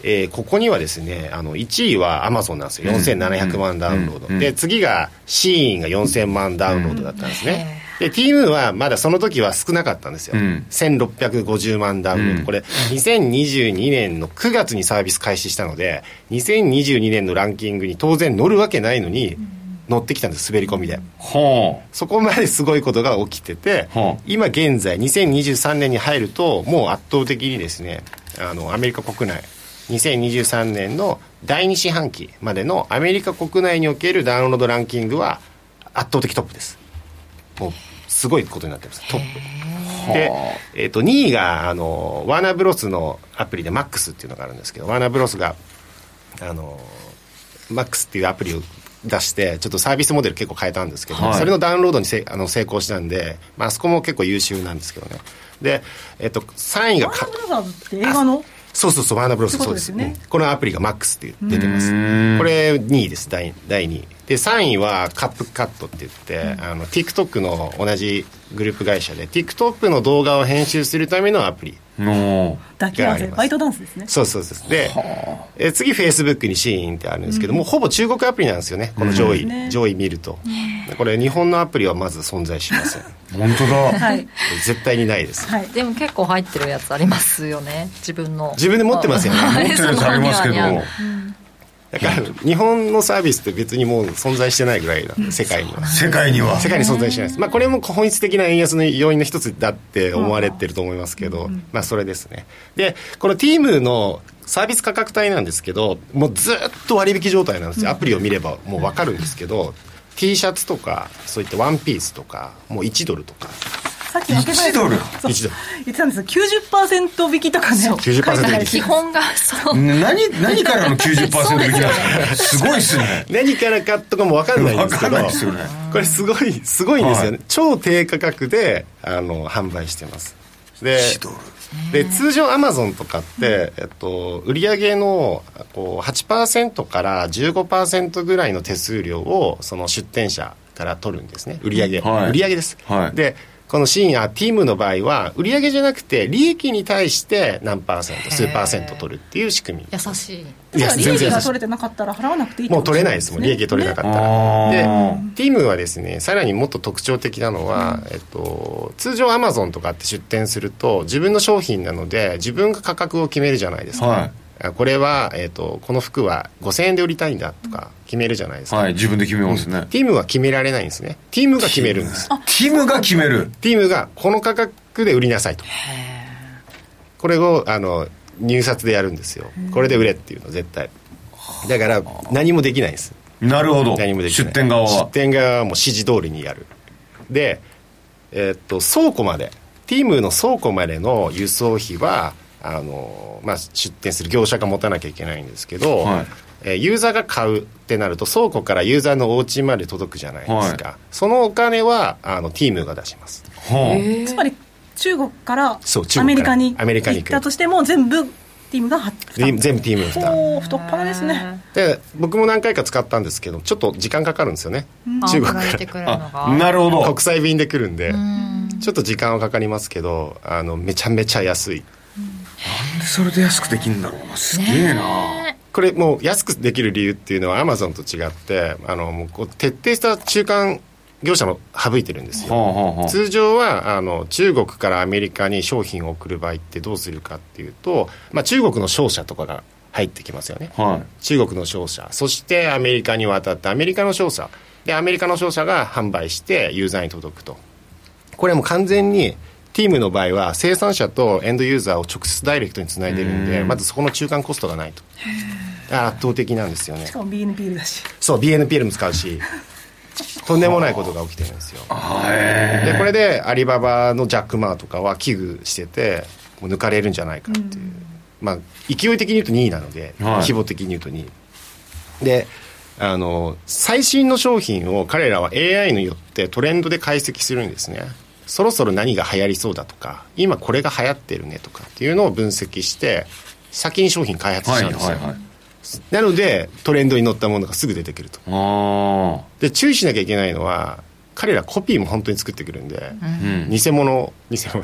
えー、ここにはですねあのいちいはアマゾンなんですよ。よんせんななひゃくまんダウンロード、うんうん、で次がシーインがよんせんまんダウンロードだったんですね、うん、で ティームはまだその時は少なかったんですよ、うん、せんろっぴゃくごじゅうまんダウンロード、うん、これにせんにじゅうにねんのくがつにサービス開始したのでにせんにじゅうにねんのランキングに当然乗るわけないのに、うん乗ってきたんです。滑り込みで、はあ、そこまですごいことが起きてて、はあ、今現在にせんにじゅうさんねんに入るともう圧倒的にですねあのアメリカ国内にせんにじゅうさんねんのだいに四半期までのアメリカ国内におけるダウンロードランキングは圧倒的トップです。もうすごいことになってます。トップで、えー、とにいがあのワーナーブロスのアプリで マックス っていうのがあるんですけど、ワーナーブロスがあの マックス っていうアプリを出してちょっとサービスモデル結構変えたんですけど、はい、それのダウンロードにせあの成功したんで、まあそこも結構優秀なんですけどね。で、えっと、さんいがワーナーブラザーズって映画のそうそうそうワーナーブロスそうですよね。このアプリが マックス って出てます。これにいです。だいにいでさんいはカップカットって言って、うん、あの TikTok の同じグループ会社で TikTok の動画を編集するためのアプリ抱き合わせバイトダンスですね。 そうそうそうでえ次 Facebook にシーインってあるんですけど、うん、もうほぼ中国アプリなんですよね。この上位、うんね、上位見ると、うん、これ日本のアプリはまず存在しません本当だ、 はい、絶対にないです、 はい、でも結構入ってるやつありますよね。自分の自分で持ってますよね持ってるやつありますけどだから日本のサービスって別にもう存在してないぐらいなんで、世界には世界には世界に存在してないです。まあこれも本質的な円安の要因の一つだって思われてると思いますけど、まあそれですね。でこの ティームのサービス価格帯なんですけど、もうずっと割引状態なんですよ。アプリを見ればもう分かるんですけど、T シャツとかそういったワンピースとかもういちドルとかさっき分け前いちドルいちドル言ってたんですよ。 きゅうじゅっパーセント 引きとかね。 きゅうじゅっパーセント 引き基本がそう何, 何からの きゅうじゅっパーセント 引きなんですかすごいっすね。 何からかとかも分かんないんですけど、 分かんないですよね。 これすごいすごいんですよね、はい、超低価格であの販売してます。でで通常アマゾンとかって、えっと、売上のこう はちパーセント から じゅうごパーセント ぐらいの手数料をその出店者から取るんですね。売上、はい、売上です、はい、でこのシーンやティームの場合は売上じゃなくて利益に対して何パーセント数パーセント取るっていう仕組み。 優しい。 いや利益が取れてなかったら払わなくていいってもうことですね。 取れないですもん利益取れなかったら、ね、でティームはですねさらにもっと特徴的なのは、うんえっと、通常アマゾンとかって出店すると自分の商品なので自分が価格を決めるじゃないですか、はいこれは、えーと、この服はごせんえんで売りたいんだとか決めるじゃないですか、 はい、自分で決めますね、 うん、ティームは決められないんですね。ティームが決めるんです。 ティームが決める。 ティームがこの価格で売りなさいと。これをあの入札でやるんですよ。これで売れっていうの絶対だから何もできないんです。 なるほど。 何もできない。 出店側は出店側はもう指示通りにやる。で、えー、っと倉庫までティームの倉庫までの輸送費はあのまあ、出店する業者が持たなきゃいけないんですけど、はいえー、ユーザーが買うってなると倉庫からユーザーのお家まで届くじゃないですか、はい、そのお金はあのティームが出します、 はあ、つまり中国からアメリカに行ったとしても全部ティームが負担。 全部ティームが負担。 太っ腹ですね。 で僕も何回か使ったんですけどちょっと時間かかるんですよね、うん、中国からあなるほど国際便で来るんでちょっと時間はかかりますけどあのめちゃめちゃ安い。 なんでそれで安くできるんだろうな。すげえな、ね、 これもう安くできる理由っていうのはアマゾンと違ってあのもうこう徹底した中間業者も省いてるんですよ、はあはあ、通常はあの中国からアメリカに商品を送る場合ってどうするかっていうと、まあ、中国の商社とかが入ってきますよね、はい、中国の商社そしてアメリカに渡ってアメリカの商社でアメリカの商社が販売してユーザーに届くと。これも完全にティームの場合は生産者とエンドユーザーを直接ダイレクトにつないでるんでまずそこの中間コストがないと。圧倒的なんですよね。 しかも ビーエヌピーエル だしそう ビーエヌピーエル も使うしとんでもないことが起きてるんですよ。でこれでアリババのジャック・マーとかは危惧しててもう抜かれるんじゃないかっていう、まあ勢い的に言うとにいなので、はい、規模的に言うとにいであの最新の商品を彼らは エーアイ によってトレンドで解析するんですね。そろそろ何が流行りそうだとか今これが流行ってるねとかっていうのを分析して先に商品開発しちゃうんですよ、はいはいはい、なのでトレンドに乗ったものがすぐ出てくると。あで注意しなきゃいけないのは彼らコピーも本当に作ってくるんで、うん、偽物偽物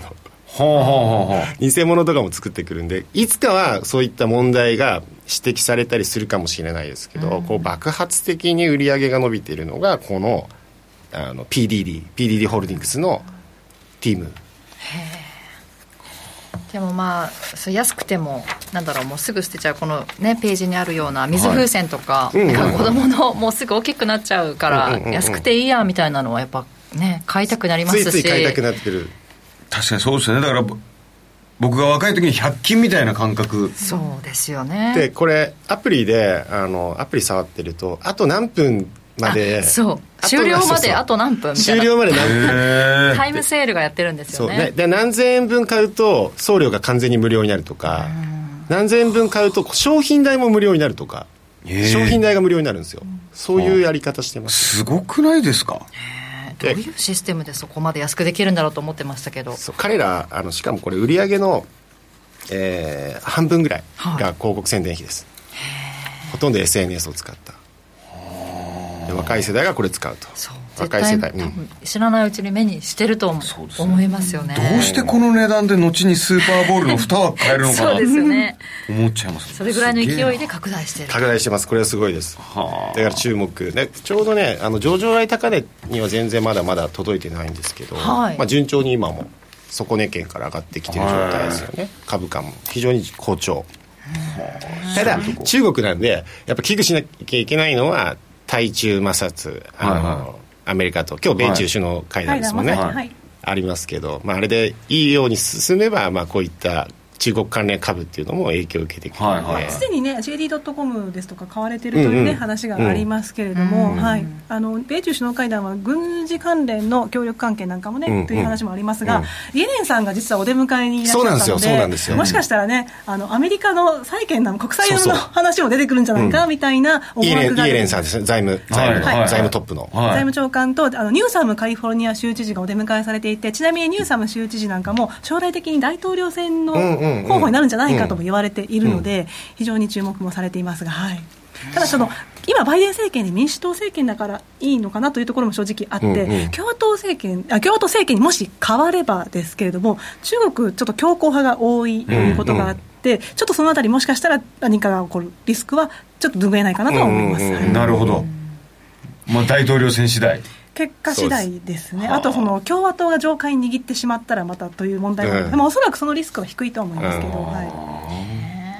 ほうほうほうほう。 偽物とかも作ってくるんで、いつかはそういった問題が指摘されたりするかもしれないですけど、うん、こう爆発的に売り上げが伸びているのがこの、あの ピーディーディー ピーディーディー ホールディングスのティーム。 へでもまあそれ安くてもなんだろう、もうすぐ捨てちゃうこの、ね、ページにあるような水風船とか、はい、子供のもうすぐ大きくなっちゃうから、うんうんうん、安くていいやみたいなのはやっぱね買いたくなりますし、 ついつい買いたくなってる。 確かにそうですよね。だから僕が若い時にひゃく均みたいな感覚。 そうですよね。 でこれアプリであのアプリ触ってるとあと何分まで、 そう終了まであと何分みたいな、 終了まで何分タイムセールがやってるんですよね。 そうね。で何千円分買うと送料が完全に無料になるとか、何千円分買うと商品代も無料になるとか、商品代が無料になるんですよ。そういうやり方してます。 すごくないですか。 どういうシステムでそこまで安くできるんだろうと思ってましたけど、 そう彼らあのしかもこれ売上の、えー、半分ぐらいが広告宣伝費です、はい、ほとんど エスエヌエス を使ったで若い世代がこれ使うと。 そう若い世代、 多分知らないうちに目にしてると思いますよね。 どうしてこの値段で後にスーパーボールの蓋は買えるのかなそうですよね思っちゃいます。 それぐらいの勢いで拡大してる。 拡大してます。これはすごいです。はだから注目ね。ちょうどねあの上場来高値には全然まだまだ届いてないんですけど、はい、まあ、順調に今も底値圏から上がってきてる状態ですよね、はい、株価も非常に好調。ただ中国なんでやっぱ危惧しなきゃいけないのは対中摩擦、あの、はいはい、アメリカと今日米中首脳会談ですもんね、はいはい、ありますけど、まあ、あれでいいように進めば、まあ、こういった中国関連株っていうのも影響を受けてくるので、はいはい、 すでにね ジェーディー ドットコム ですとか買われてるという、ね、うんうん、話がありますけれども、うんうん、はい、あの米中首脳会談は軍事関連の協力関係なんかもね、うんうん、という話もありますが、うん、イエレンさんが実はお出迎えにいらっしゃったの で, そうなんですよ、そうなんですよ、 もしかしたらねあのアメリカの債券の国債の話も出てくるんじゃないか、うん、みたいな思惑がイエレンさんですね、財務財務、はいはい、財務トップの、 はい、財務長官とあのニューサムカリフォルニア州知事がお出迎えされていて、ちなみにニューサム州知事なんかも将来的に大統領選の候補になるんじゃないかとも言われているので、うん、非常に注目もされていますが、はい、ただその今バイデン政権で民主党政権だからいいのかなというところも正直あって、うんうん、共和党政権あ共和党政権にもし変わればですけれども、中国ちょっと強硬派が多いということがあって、うんうん、ちょっとそのあたりもしかしたら何かが起こるリスクはちょっと拭えないかなとは思います、うんうんうん、はい、 なるほど、まあ、大統領選次第結果次第ですね。あとその共和党が上下に握ってしまったらまたという問題も、うん、でもおそらくそのリスクは低いとは思いますけど、うん、はい、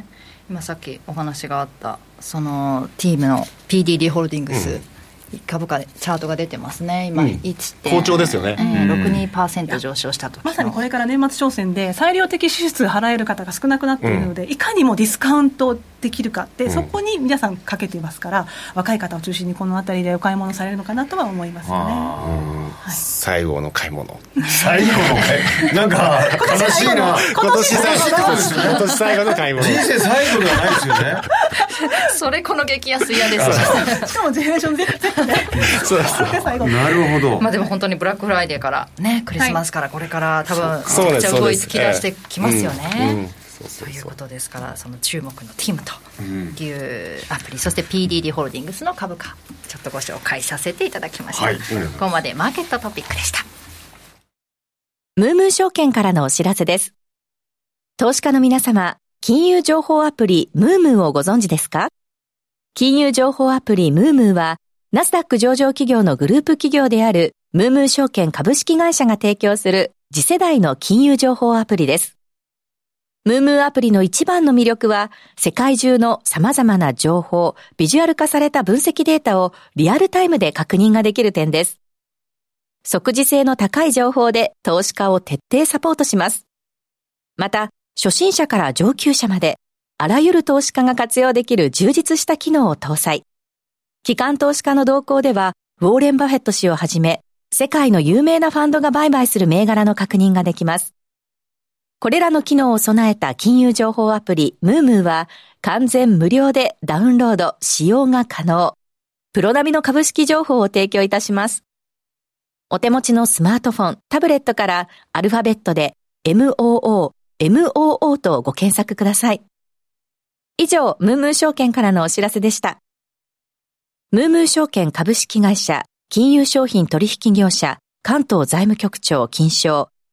今さっきお話があったそのチームの ピーディーディー ホールディングス、うん、株価でチャートが出てますね今、うん、いちてん好調ですよね、 えー、ろくじゅうにパーセント 上昇したと。 まさにこれから年末商戦で裁量的支出払える方が少なくなっているので、うん、いかにもディスカウントできるかって、うん、そこに皆さんかけていますから、若い方を中心にこのあたりでお買い物されるのかなとは思いますよね、うん、 はい、最後の買い物最後の買い物なんか悲しいな今年最後今年最後の買い物人生最後ではないですよねそれこの激安嫌ですしかもジェネレーション Z でそうですなるほど、 まあ、でも本当にブラックフライデーからねクリスマスからこれから多分めっちゃ動い突き出してきますよね、ということですから、その注目のティムというアプリ、うん、そして ピーディーディー ホールディングスの株価ちょっとご紹介させていただきました、はい、うん、ここまでマーケットトピックでした。 ムームー証券からのお知らせです。投資家の皆様、金融情報アプリムームーをご存知ですか？金融情報アプリムームーはナスダック上場企業のグループ企業であるムームー証券株式会社が提供する次世代の金融情報アプリです。ムームーアプリの一番の魅力は、世界中の様々な情報、ビジュアル化された分析データをリアルタイムで確認ができる点です。即時性の高い情報で投資家を徹底サポートします。また、初心者から上級者まで、あらゆる投資家が活用できる充実した機能を搭載。機関投資家の動向では、ウォーレン・バフェット氏をはじめ、世界の有名なファンドが売買する銘柄の確認ができます。これらの機能を備えた金融情報アプリムームーは完全無料でダウンロード、使用が可能。プロ並みの株式情報を提供いたします。お手持ちのスマートフォン、タブレットからアルファベットで エムオーオー、エムオーオー とご検索ください。以上、ムームー証券からのお知らせでした。ムームー証券株式会社、金融商品取引業者、関東財務局長金賞、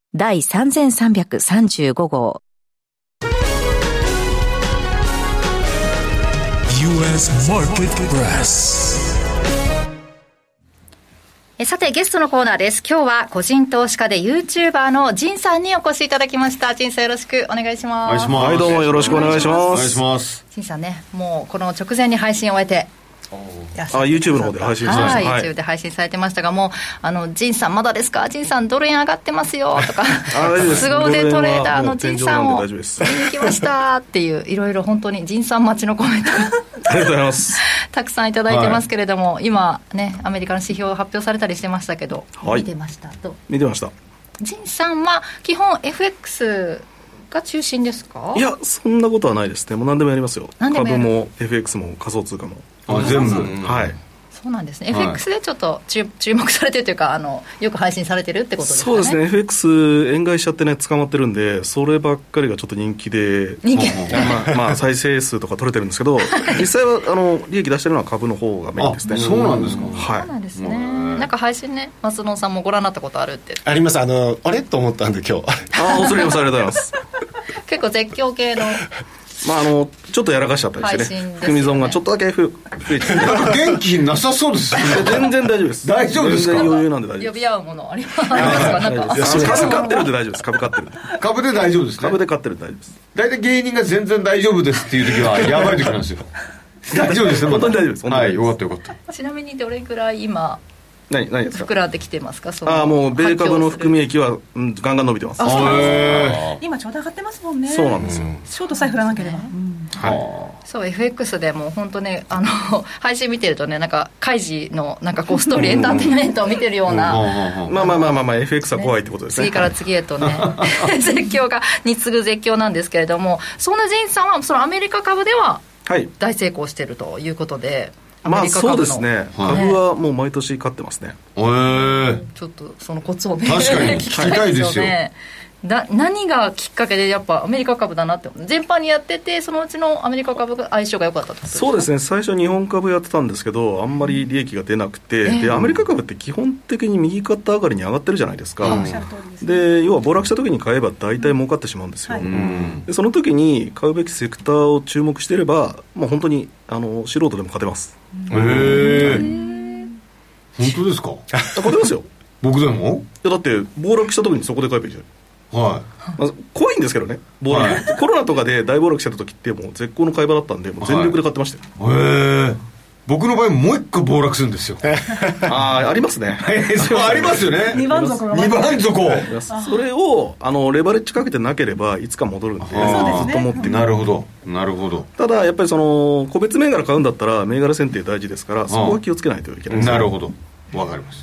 だいさんぜんさんびゃくさんじゅうご号。 ユーエス Market Press。 えさてゲストのコーナーです。今日は個人投資家で YouTuber のジンさんにお越しいただきました。ジンさんよろしくお願いします。 お願いします。 はい、どうもよろしくお願いします。 お願いします。 ジンさんね、もうこの直前に配信を終えてあ YouTube の方で配信されました。 はい、YouTube で配信されてましたが、もうあのジンさんまだですか、ジンさんドル円上がってますよとか凄腕トレーダーのジンさんを見に来ましたっていう、いろいろ本当にジンさん待ちのコメントがありがとうございますたくさんいただいてますけれども、はい、今ねアメリカの指標発表されたりしてましたけど、はい、見てましたと。 見てました。 ジンさんは基本 エフエックス が中心ですか？ いやそんなことはないですね。もう何でもやりますよ。 何でもやる。 株も エフエックス も仮想通貨も。 あ全部、 はい。 そうなんですね。はい、エフエックス でちょっと注目されてるというか、あのよく配信されてるってことですかね。 そうですね。エフエックス 円買いしちゃってね捕まってるんで、そればっかりがちょっと人気で、 人気まあ、まあ再生数とか取れてるんですけど、実際はあの利益出してるのは株の方がメインですね。 あ、そうなんですか。 はい。 そうなんですね。なんか配信ね、松野さんもご覧になったことあるって。 あります。あのあれと思ったんで今日。あ、恐れ入ります。ありがとうございます。 結構絶叫系の。 まあ、あのちょっとやらかしちゃったりしてね、組損がちょっとだけ増えて元気なさそうですね。 全然大丈夫です。 大丈夫ですか。 全然余裕なんで大丈夫です。 呼び合うものありますか。なんか株買ってるんで大丈夫です。株買ってる株で大丈夫ですね。 株で買ってるんで大丈夫です。 大体芸人が全然大丈夫ですっていう時はやばい時なんですよ。大丈夫ですね。 本当に大丈夫です。 はい、よかったよかった。 ちなみにどれくらい今何何ですか。 膨らんできてますか。そああ、もう米株の含み益は、うん、ガンガン伸びてます。 あ、そうです。今ちょうど上がってますもんね。 そうなんですよ。 ショートさえ振らなければ、うん、 はい。 そう エフエックス でもう本当ね、あの配信見てるとね、なんかカイジのなんかこうストーリーエンターテインメントを見てるようなまあまあまあまあまあ エフエックス は怖いってことですね。 次から次へとね絶叫がに次ぐ絶叫なんですけれども、そんなジンさんはそのアメリカ株では大成功してるということで、 まあそうですね、株はもう毎年買ってますね。 へえ。 ちょっとそのコツをね確かに聞きたいですよね。 だ何がきっかけでやっぱアメリカ株だなって全般にやってて、そのうちのアメリカ株が相性が良かったってことですか。 そうですね。最初日本株やってたんですけど、あんまり利益が出なくて、うん、でアメリカ株って基本的に右肩上がりに上がってるじゃないですか、うん、で要は暴落した時に買えば大体儲かってしまうんですよ、はい、でその時に買うべきセクターを注目していれば、まあ、本当にあの素人でも勝てます。 へえ。本当ですか。 勝てますよ。 僕でも。 いやだって暴落した時にそこで買えばいいじゃん。はい、まあ、怖いんですけどね、暴落、はい、コロナとかで大暴落してた時ってもう絶好の買い場だったんで、もう全力で買ってましたよ。 はい、へえ。僕の場合もう一個暴落するんですよ。 ああ、ありますね。 そうありますよね。 にばん底がにばん底。 それをあのレバレッジかけてなければいつか戻るんで、ずっと持っていく。 なるほどなるほど。 ただやっぱりその個別銘柄買うんだったら銘柄選定大事ですから、そこは気をつけないといけないです、ね。 なるほど、わかりました。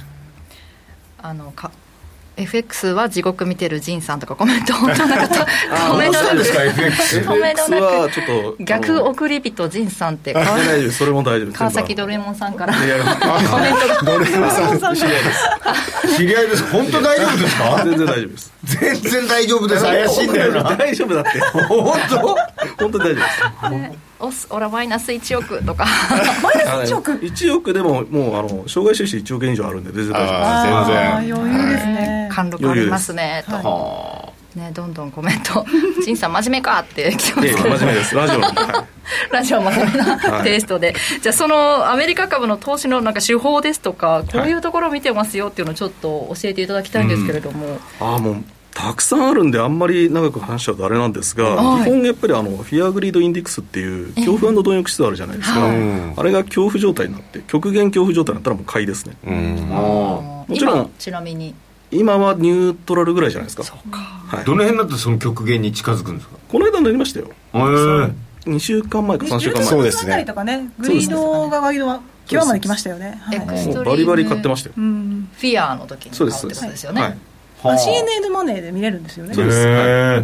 あのかエフエックス は地獄見てるジンさんとかコメント本当なかったコメントなくエフエックスコメントなくちょっと逆送り人ジンさんって大丈夫、それも大丈夫。 川崎ドレモンさんからコメントがドレモンさん知り合いです知り合いです。本当大丈夫ですか。 全然大丈夫です。 全然大丈夫です。怪しいんだよな。 大丈夫だって本当本当大丈夫です。 オスオラマイナスいちおくとかマイナスいちおくいちおくでももうあの障害収支いちおくえん以上あるんで全然大丈夫です。 全然余裕ですね。 貫禄ありますねと、はい、ね、どんどんコメントジンさん真面目かって来てますけど、 真面目です。ラジオの、はい、 ラジオ真面目なテイストで、はい、じゃあそのアメリカ株の投資のなんか手法ですとか、こういうところを見てますよっていうのをちょっと教えていただきたいんですけれども、うん、 ああもうたくさんあるんであんまり長く話しちゃうとあれなんですが、はい、基本やっぱりあのフィアグリードインデックスっていう恐怖&貪欲指数あるじゃないですか、えー、あれが恐怖状態になって極限恐怖状態になったらもう買いですね。うん、あもちろんちなみに今はニュートラルぐらいじゃないですか。 そうか、 はい、どの辺だってその極限に近づくんですか。 この間になりましたよ、えー、にしゅうかんまえかさんしゅうかんまえ。 そうですね。グリードが割と極まで来ましたよね。 はい、 もうバリバリ買ってましたよ、うん、 フィアの時に買うってことですよね。はい、 まあ、シーエヌエヌ マネーで見れるんですよね。 そうです、はい、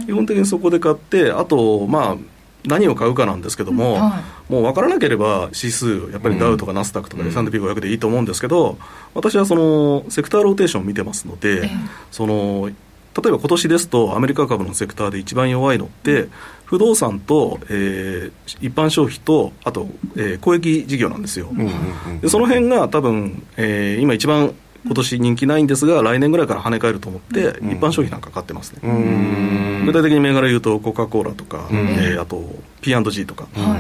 基本的にそこで買って、あとまあ何を買うかなんですけども、うんはい、もう分からなければ指数やっぱりダウとかナスダックとか エスアンドピーごひゃく でいいと思うんですけど、私はそのセクターローテーションを見てますので、うん、その例えば今年ですとアメリカ株のセクターで一番弱いのって不動産と、えー、一般消費とあと、えー、公益事業なんですよ、うんうんうん、でその辺が多分、えー、今一番今年人気ないんですが来年ぐらいから跳ね返ると思って、うん、一般商品なんか買ってますね。うん、具体的に銘柄言うとコカ・コーラとか、うん、えー、あと ピーアンドジー とか、うん、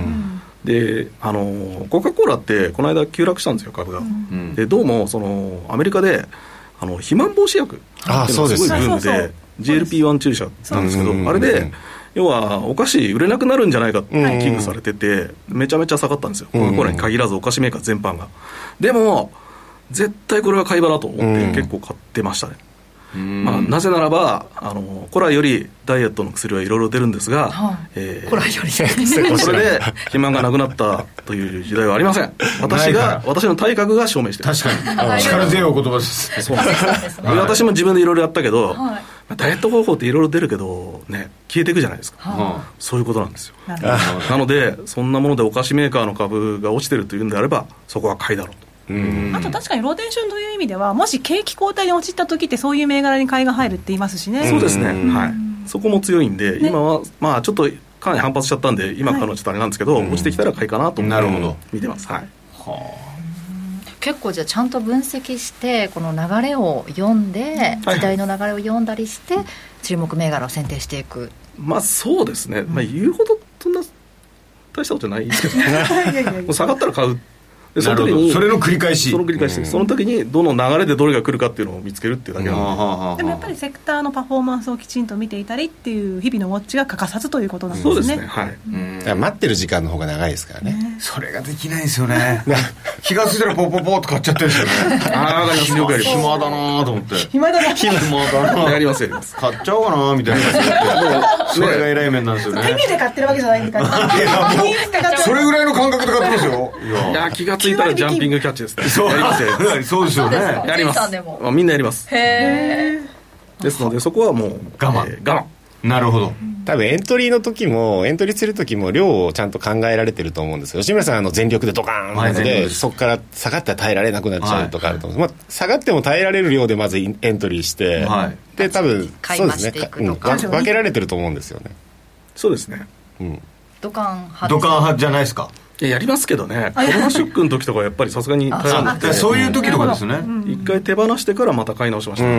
であのコカ・コーラってこの間急落したんですよ株が、うん、でどうもそのアメリカであの肥満防止薬っていうのがすごいブームで ジーエルピーワン 注射なんですけど、あれで要はお菓子売れなくなるんじゃないかって危惧されてて、めちゃめちゃ下がったんですよ、コカ・コーラに限らずお菓子メーカー全般が。でも絶対これは買い場だと思って結構買ってましたね。まあ、なぜならばあの古来よりダイエットの薬はいろいろ出るんですが、はい、えー、 古来よりそれで肥満がなくなったという時代はありません。私が私の体格が証明してる。 確かに力強いお言葉です。そうなんですね。私も自分でいろいろやったけど、はい、ダイエット方法っていろいろ出るけど、ね、消えていくじゃないですか、はい、そういうことなんですよ。なるほど。なのでそんなものでお菓子メーカーの株が落ちてるというんであればそこは買いだろうと。 うん、あと確かにローテーションという意味ではもし景気後退に陥った時ってそういう銘柄に買いが入るって言いますしね。 そうですね、はい、そこも強いんで、ね、今はまあちょっとかなり反発しちゃったんで今からのちょっとあれなんですけど、はい、落ちてきたら買いかなと思って見てます、はい、はあ、結構じゃあちゃんと分析してこの流れを読んで、はい、時代の流れを読んだりして注目銘柄を選定していく。 まあそうですね、まあ、言うほどそんな大したことじゃないですけどねもう下がったら買う。でその時にそれの繰り返しその繰り返し、うん、その時にどの流れでどれが来るかっていうのを見つけるっていうだけなので、でもやっぱりセクターのパフォーマンスをきちんと見ていたりっていう日々のウォッチが欠かさずということなんですね。 そうですね、はい、 うん、だから待ってる時間の方が長いですからね、ね、 それができないですよね気がついたらポポポッと買っちゃってるんですよねああ暇だなと思って暇だな暇だなやりますやります買っちゃおうかなみたいなそれが偉い面なんですよね。 手で買ってるわけじゃないんですかそれぐらいの感覚で買ってますよ。 いや気がついたらジャンピングキャッチですね。 そうやりますよそうですよね。 やります。みんなやります。へー。ですのでそこはもう我慢、 えー、我慢。なるほど。 多分エントリーの時もエントリーする時も量をちゃんと考えられてると思うんですよ。吉村さんあの全力でドカーンなので、はい、そこから下がったら耐えられなくなっちゃうとかあると思うんです、はい、まあ、下がっても耐えられる量でまずエントリーして、はい、で多分そうですね、うん、分けられてると思うんですよね。 そうですね、 うん、ドカン派ドカン派じゃないですか。 いや、やりますけどね、コロナショックの時とかやっぱりさすがに耐えられなくて、 そういう時とかですね、 一回手放してからまた買い直しました。うん、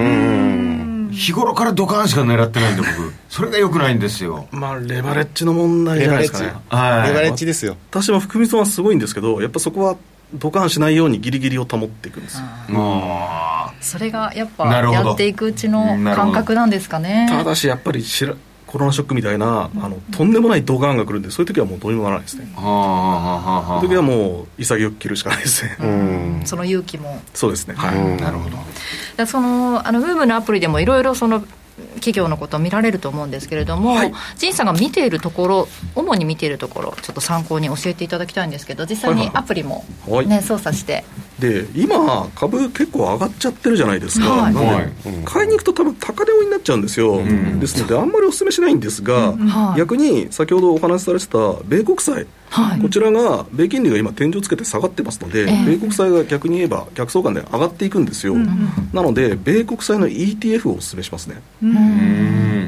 日頃からドカンしか狙ってないんで僕それが良くないんですよ。 まあレバレッジの問題じゃないですかね。 はい、レバレッジですよ。 私も含み損はすごいんですけど、やっぱそこはドカンしないようにギリギリを保っていくんですよ。 あ、それがやっぱやっていくうちの感覚なんですかね。 ただしやっぱり知らコロナショックみたいなあのとんでもないドカンが来るんで、そういう時はもうどうにもならないですね。そういう時はもう潔く切るしかないですね。 うん、その勇気もそうですね、はい、 なるほど。 だそのあのムームのアプリでもいろいろその企業のことを見られると思うんですけれども、はい、仁さんが見ているところ、主に見ているところちょっと参考に教えていただきたいんですけど、実際にアプリも、ね、はいはい、操作してで今株結構上がっちゃってるじゃないですか、はい、なので、うん、買いに行くと多分高値追いになっちゃうんですよ、うん、ですのであんまりお勧めしないんですが、うん、逆に先ほどお話しされてた米国債、はい、こちらが米金利が今天井つけて下がってますので、えー、米国債が逆に言えば逆相関で上がっていくんですよ、うん、なので米国債の イーティーエフ をお勧めしますね。うん、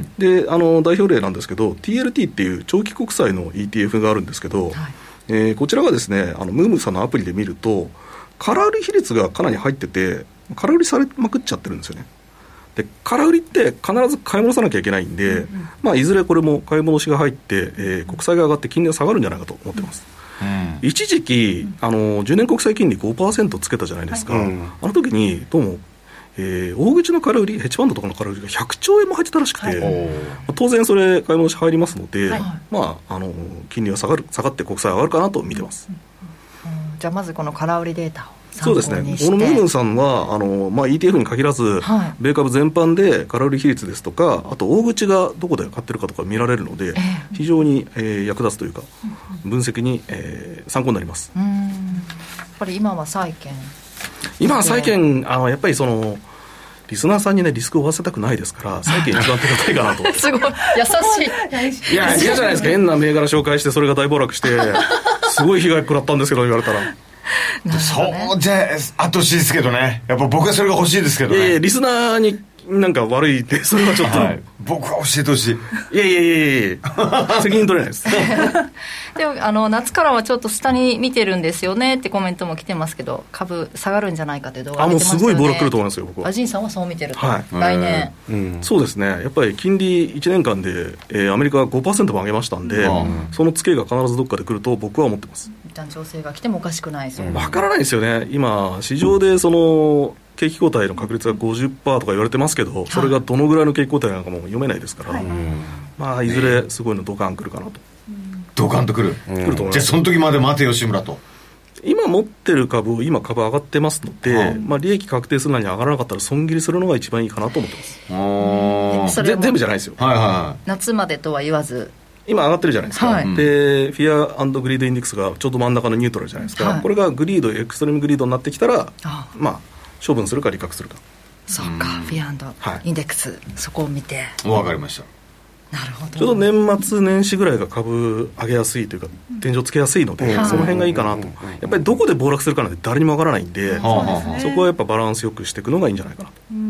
であの代表例なんですけど ティーエルティー っていう長期国債の イーティーエフ があるんですけど、はい、えー、こちらがですねあのムームさんのアプリで見ると空売り比率がかなり入ってて空売りされまくっちゃってるんですよね。で空売りって必ず買い戻さなきゃいけないんで、うんうん、まあ、いずれこれも買い戻しが入って、えー、国債が上がって金利が下がるんじゃないかと思ってます、うん、一時期あのじゅうねん国債金利 ごパーセント つけたじゃないですか、はい、あの時にどうも、えー、大口の空売りヘッジファンドとかの空売りがひゃくちょうえんも入ってたらしくて、はい、まあ、当然それ買い戻し入りますので、はい、まあ、あの金利が下がる下がって国債上がるかなと見てます、 うんうん、じゃあまずこの空売りデータをそうですね、このムームンさんはあの、まあ、イーティーエフ に限らず、はい、米株全般で空売り比率ですとか、あと大口がどこで買ってるかとか見られるので、えー、非常に、えー、役立つというか、うん、分析に、えー、参考になります。 うん、やっぱり今は債券今は債券あのやっぱりそのリスナーさんにねリスクを負わせたくないですから債券一番手堅いかなとすごい優しい。 いや嫌じゃないですか、変な銘柄紹介してそれが大暴落してすごい被害食らったんですけど言われたらね、そうじゃあってほしいですけどね、やっぱ僕はそれが欲しいですけどね。 えー、リスナーになんか悪いってそれはちょっと、はい、 僕は教えてほしい。 いやいやいやいや責任取れないですでもあの夏からはちょっと下に見てるんですよねってコメントも来てますけど、株下がるんじゃないかという動画が出てましたよね。 あもうすごい暴落来ると思いますよ僕は。 アジンさんはそう見てると、 はい、 来年、 うん、そうですね。やっぱり金利いちねんかんで、えー、アメリカが ごパーセント も上げましたんで、うん、そのツケが必ずどっかで来ると僕は思ってます。 一旦調整が来てもおかしくないですよね。 分からないですよね。今市場でその景気後退の確率が ごじゅっパーセント とか言われてますけど、それがどのぐらいの景気後退なのかも読めないですから、はい、まあいずれすごいのドカン来るかなと。 ドカンと来る、うん、来ると思います。じゃあその時まで待て吉村と。 今持ってる株、今株上がってますので、はい、まあ、利益確定するのに上がらなかったら損切りするのが一番いいかなと思ってます。あ全部じゃないですよ、 はいはい、 夏までとは言わず今上がってるじゃないですか、はい、でフィア&グリードインデックスがちょうど真ん中のニュートラルじゃないですか、はい、これがグリードエクストリームグリードになってきたら、あまあ処分するか利確するか。 そうか、フィア&インデックス、はい、そこを見て。 分かりました。 なるほど。 ちょうど年末年始ぐらいが株上げやすいというか天井つけやすいので、うん、その辺がいいかなと、うん、やっぱりどこで暴落するかなんて誰にもわからないんで、うん、そこはやっぱバランスよくしていくのがいいんじゃないかなと、うん、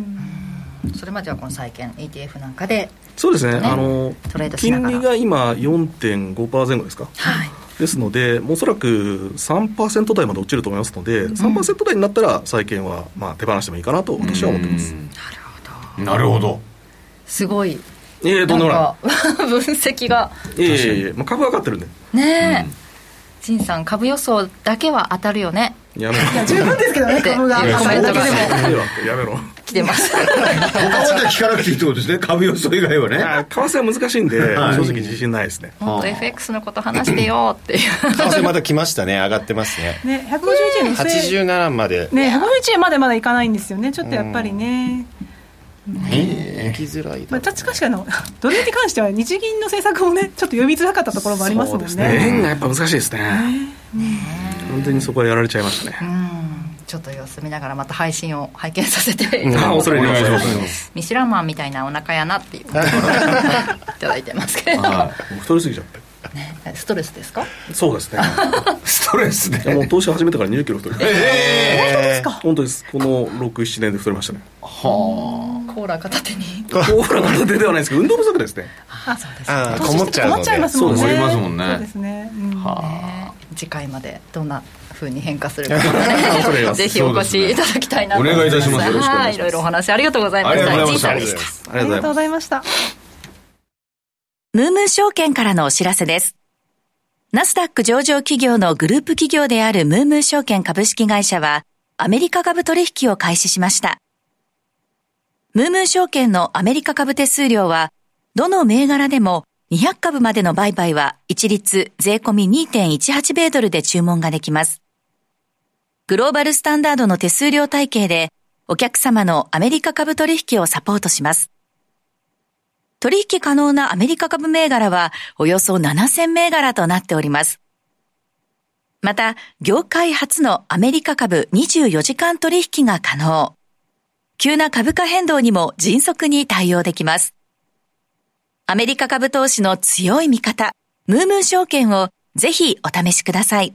それまではこの債券 イーティーエフ なんかで、 そうですね、あのトレードしながら金利が今 よんてんごパーセント 前後ですか、はい、ですのでおそらく さんパーセント 台まで落ちると思いますので、うん、さんパーセント 台になったら債券はまあ手放してもいいかなと私は思ってます、うん、 なるほどなるほど。すごいいやいやとんでもない分析がいやいやいや、まあ、株上がってるんでねえ、うん、陳さん株予想だけは当たるよね。 やめろ。いや十分ですけどね株がコメントがやめろ来てます他まで聞かなくていいってことですね。株予想以外はね。 為替は難しいんで、はい、正直自信ないですね。 もっと エフエックス のこと話してよっていう為替また来ましたね。上がってますね。 ねひゃくごじゅういちえんのはちじゅうななまでねひゃくごじゅういちえんまでまだいかないんですよね。ちょっとやっぱりね、 えー、行きづらいだろう、 まあ、確かにドル円に関しては日銀の政策もねちょっと読みづらかったところもありますもんね。そうですね、 円がやっぱ難しいですね。ね完全にそこはやられちゃいましたね。 うんちょっと様子見ながらまた配信を拝見させていただきます。 ミシュランマンみたいなお腹やなっていういただいてますけど太りすぎちゃってね、ストレスですか？ そうですねストレスね。 もう投資始めてからにじゅっキロ太りました。 えー、本当ですか？ 本当です。このろく、ななねんで太りましたね。 はあ。コーラ片手にコーラ片手ではないですけど運動不足ですね。 あそうです、 あこもっちゃうのでこもっちゃいますもんね。 そうですもんね。 そうですね、うん、 はあ、次回までどんな風に変化するか、ね、ぜひお越しいただきたいなと思います。 お願いいたします。よろしくお願いします。 はい、いろいろお話ありがとうございました。 ありがとうございました。 ありがとうございました。 ムームー証券からのお知らせです。ナスダック上場企業のグループ企業であるムームー証券株式会社はアメリカ株取引を開始しました。ムームー証券のアメリカ株手数料はどの銘柄でもにひゃくかぶまでの売買は一律税込み にてんいちはち 米ドルで注文ができます。グローバルスタンダードの手数料体系でお客様のアメリカ株取引をサポートします。取引可能なアメリカ株銘柄はおよそななせん銘柄となっております。また、業界初のアメリカ株にじゅうよじかん取引が可能。急な株価変動にも迅速に対応できます。アメリカ株投資の強い味方、ムームー証券をぜひお試しください。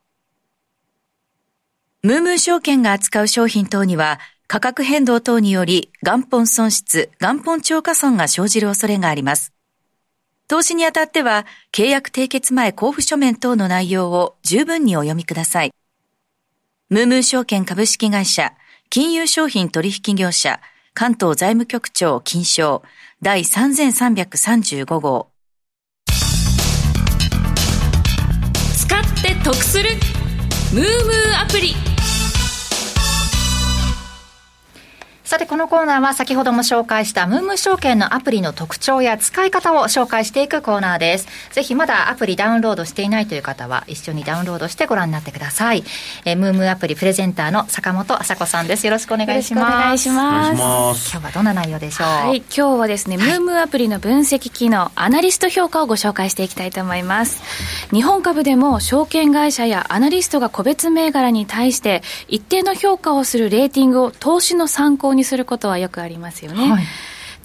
ムームー証券が扱う商品等には、価格変動等により元本損失、元本超過損が生じる恐れがあります。投資にあたっては、契約締結前交付書面等の内容を十分にお読みください。ムームー証券株式会社、金融商品取引業者、関東財務局長金賞第さんぜんさんびゃくさんじゅうご号。 使って得するムームーアプリ。 さてこのコーナーは先ほども紹介したムームー証券のアプリの特徴や使い方を紹介していくコーナーです。ぜひまだアプリダウンロードしていないという方は一緒にダウンロードしてご覧になってください。えー、ムームーアプリプレゼンターの坂本麻子さんです。よろしくお願いします。 よろしくお願いします。 今日はどんな内容でしょう？ はい、今日はですね、はい、ムームーアプリの分析機能アナリスト評価をご紹介していきたいと思います。日本株でも証券会社やアナリストが個別銘柄に対して一定の評価をするレーティングを投資の参考にすることはよくありますよね。はい、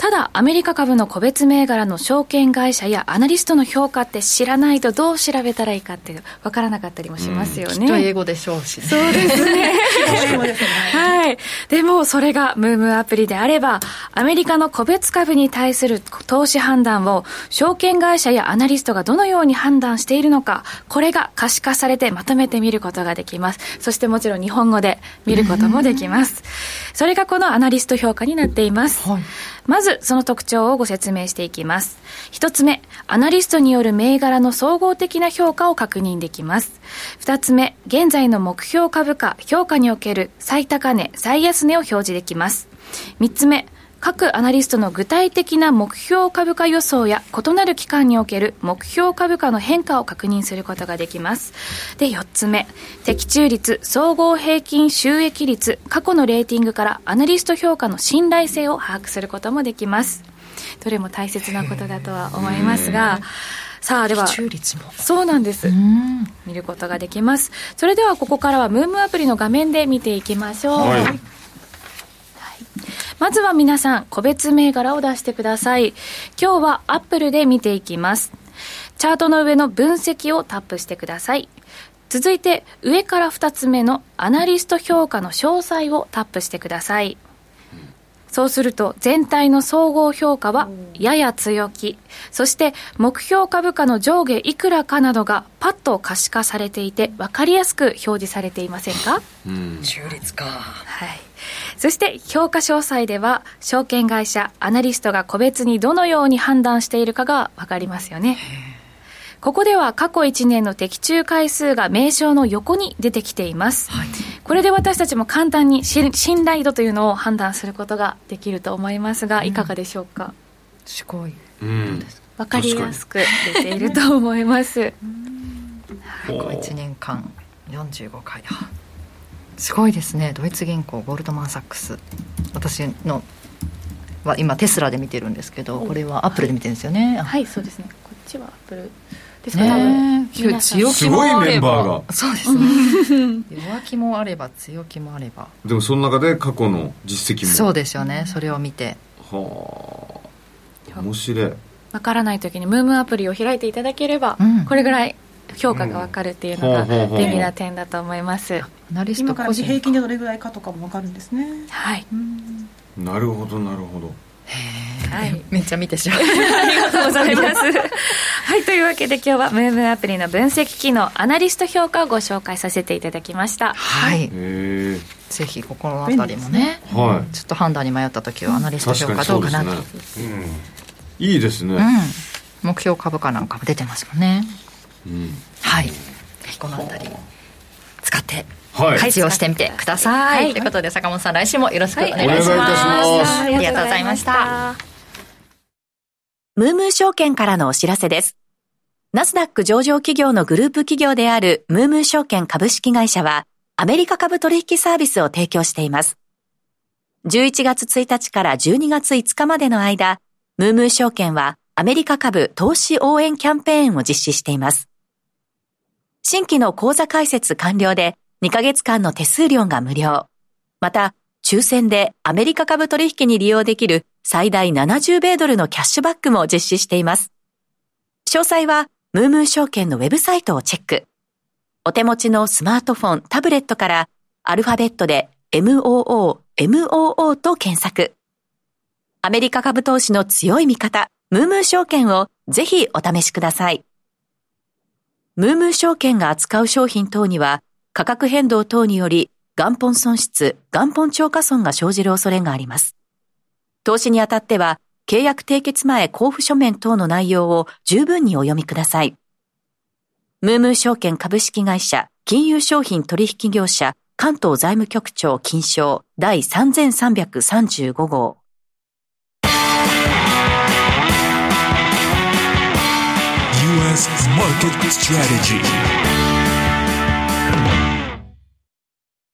ただアメリカ株の個別銘柄の証券会社やアナリストの評価って知らないとどう調べたらいいかって分からなかったりもしますよね、うん、 きっと英語でしょうし、ね、 そうですねはい、でもそれがムームーアプリであればアメリカの個別株に対する投資判断を証券会社やアナリストがどのように判断しているのか、これが可視化されてまとめて見ることができます。そしてもちろん日本語で見ることもできます。それがこのアナリスト評価になっています、はい、まずその特徴をご説明していきます。一つ目、アナリストによる銘柄の総合的な評価を確認できます。二つ目、現在の目標株価評価における最高値最安値を表示できます。三つ目、各アナリストの具体的な目標株価予想や異なる期間における目標株価の変化を確認することができます。で、よっつめ、的中率、総合平均収益率、過去のレーティングからアナリスト評価の信頼性を把握することもできます。どれも大切なことだとは思いますが、さあでは的中率もそうなんです、見ることができます。それではここからはムームアプリの画面で見ていきましょう、はいはい、まずは皆さん個別銘柄を出してください。今日はアップルで見ていきます。チャートの上の分析をタップしてください。続いて上からふたつめのアナリスト評価の詳細をタップしてください。そうすると全体の総合評価はやや強気、そして目標株価の上下いくらかなどがパッと可視化されていて分かりやすく表示されていませんか？ うん、中立か。 はい。そして評価詳細では証券会社、アナリストが個別にどのように判断しているかが分かりますよね。ここでは過去いちねんの的中回数が名称の横に出てきています、はい、これで私たちも簡単に信頼度というのを判断することができると思いますが、いかがでしょうか？うん、 すごい、 うん、 分かりやすく出ていると思います。 過去いちねんかんよんじゅうごかい、すごいですね。ドイツ銀行、ゴールドマンサックス、私のは今テスラで見てるんですけど、これはアップルで見てるんですよね。 はい、はい、そうですね。こっちはアップルですから、ね、 強気もあれば、 すごいメンバーが、 そうですね弱気もあれば強気もあれば、 でもその中で過去の実績も、 そうですよね。それを見て、 はあ、面白い。 わからないときにムームアプリを開いていただければ、うん、これぐらい評価が分かるっていうのが便利な点だと思います、うん、アナリスト個人平均でどれぐらいかとかも分かるんですね。 はい、うん、なるほどなるほど。 はい、めっちゃ見てしまうありがとうございますはい、というわけで今日はムームアプリの分析機能アナリスト評価をご紹介させていただきました。 はい、へぜひここのあたりもね、はい、ちょっと判断に迷った時はアナリスト評価どうかなと、ね、 うん、いいですね、 うん、目標株価なんかも出てますもんね、うん、はい、ぜひこのあたり使ってはい、開始をしてみてください、はい、ということで坂本さん、来週もよろしくお願いします、はい、お願いいたします。ありがとうございました。 ムームー証券からのお知らせです。ナスダック上場企業のグループ企業であるムームー証券株式会社はアメリカ株取引サービスを提供しています。じゅういちがつついたちからじゅうにがついつかまでの間、ムームー証券はアメリカ株投資応援キャンペーンを実施しています。新規の口座開設完了でにかげつかんの手数料が無料。また、抽選でアメリカ株取引に利用できる最大ななじゅうべいドルのキャッシュバックも実施しています。詳細は、ムームー証券のウェブサイトをチェック。お手持ちのスマートフォン、タブレットからアルファベットで エムオーオー、エムオーオー と検索。アメリカ株投資の強い味方、ムームー証券をぜひお試しください。ムームー証券が扱う商品等には、価格変動等により元本損失、元本超過損が生じる恐れがあります。投資にあたっては、契約締結前交付書面等の内容を十分にお読みください。ムームー証券株式会社、金融商品取引業者、関東財務局長金賞第さんぜんさんびゃくさんじゅうご号。 ユーエス Market Strategy。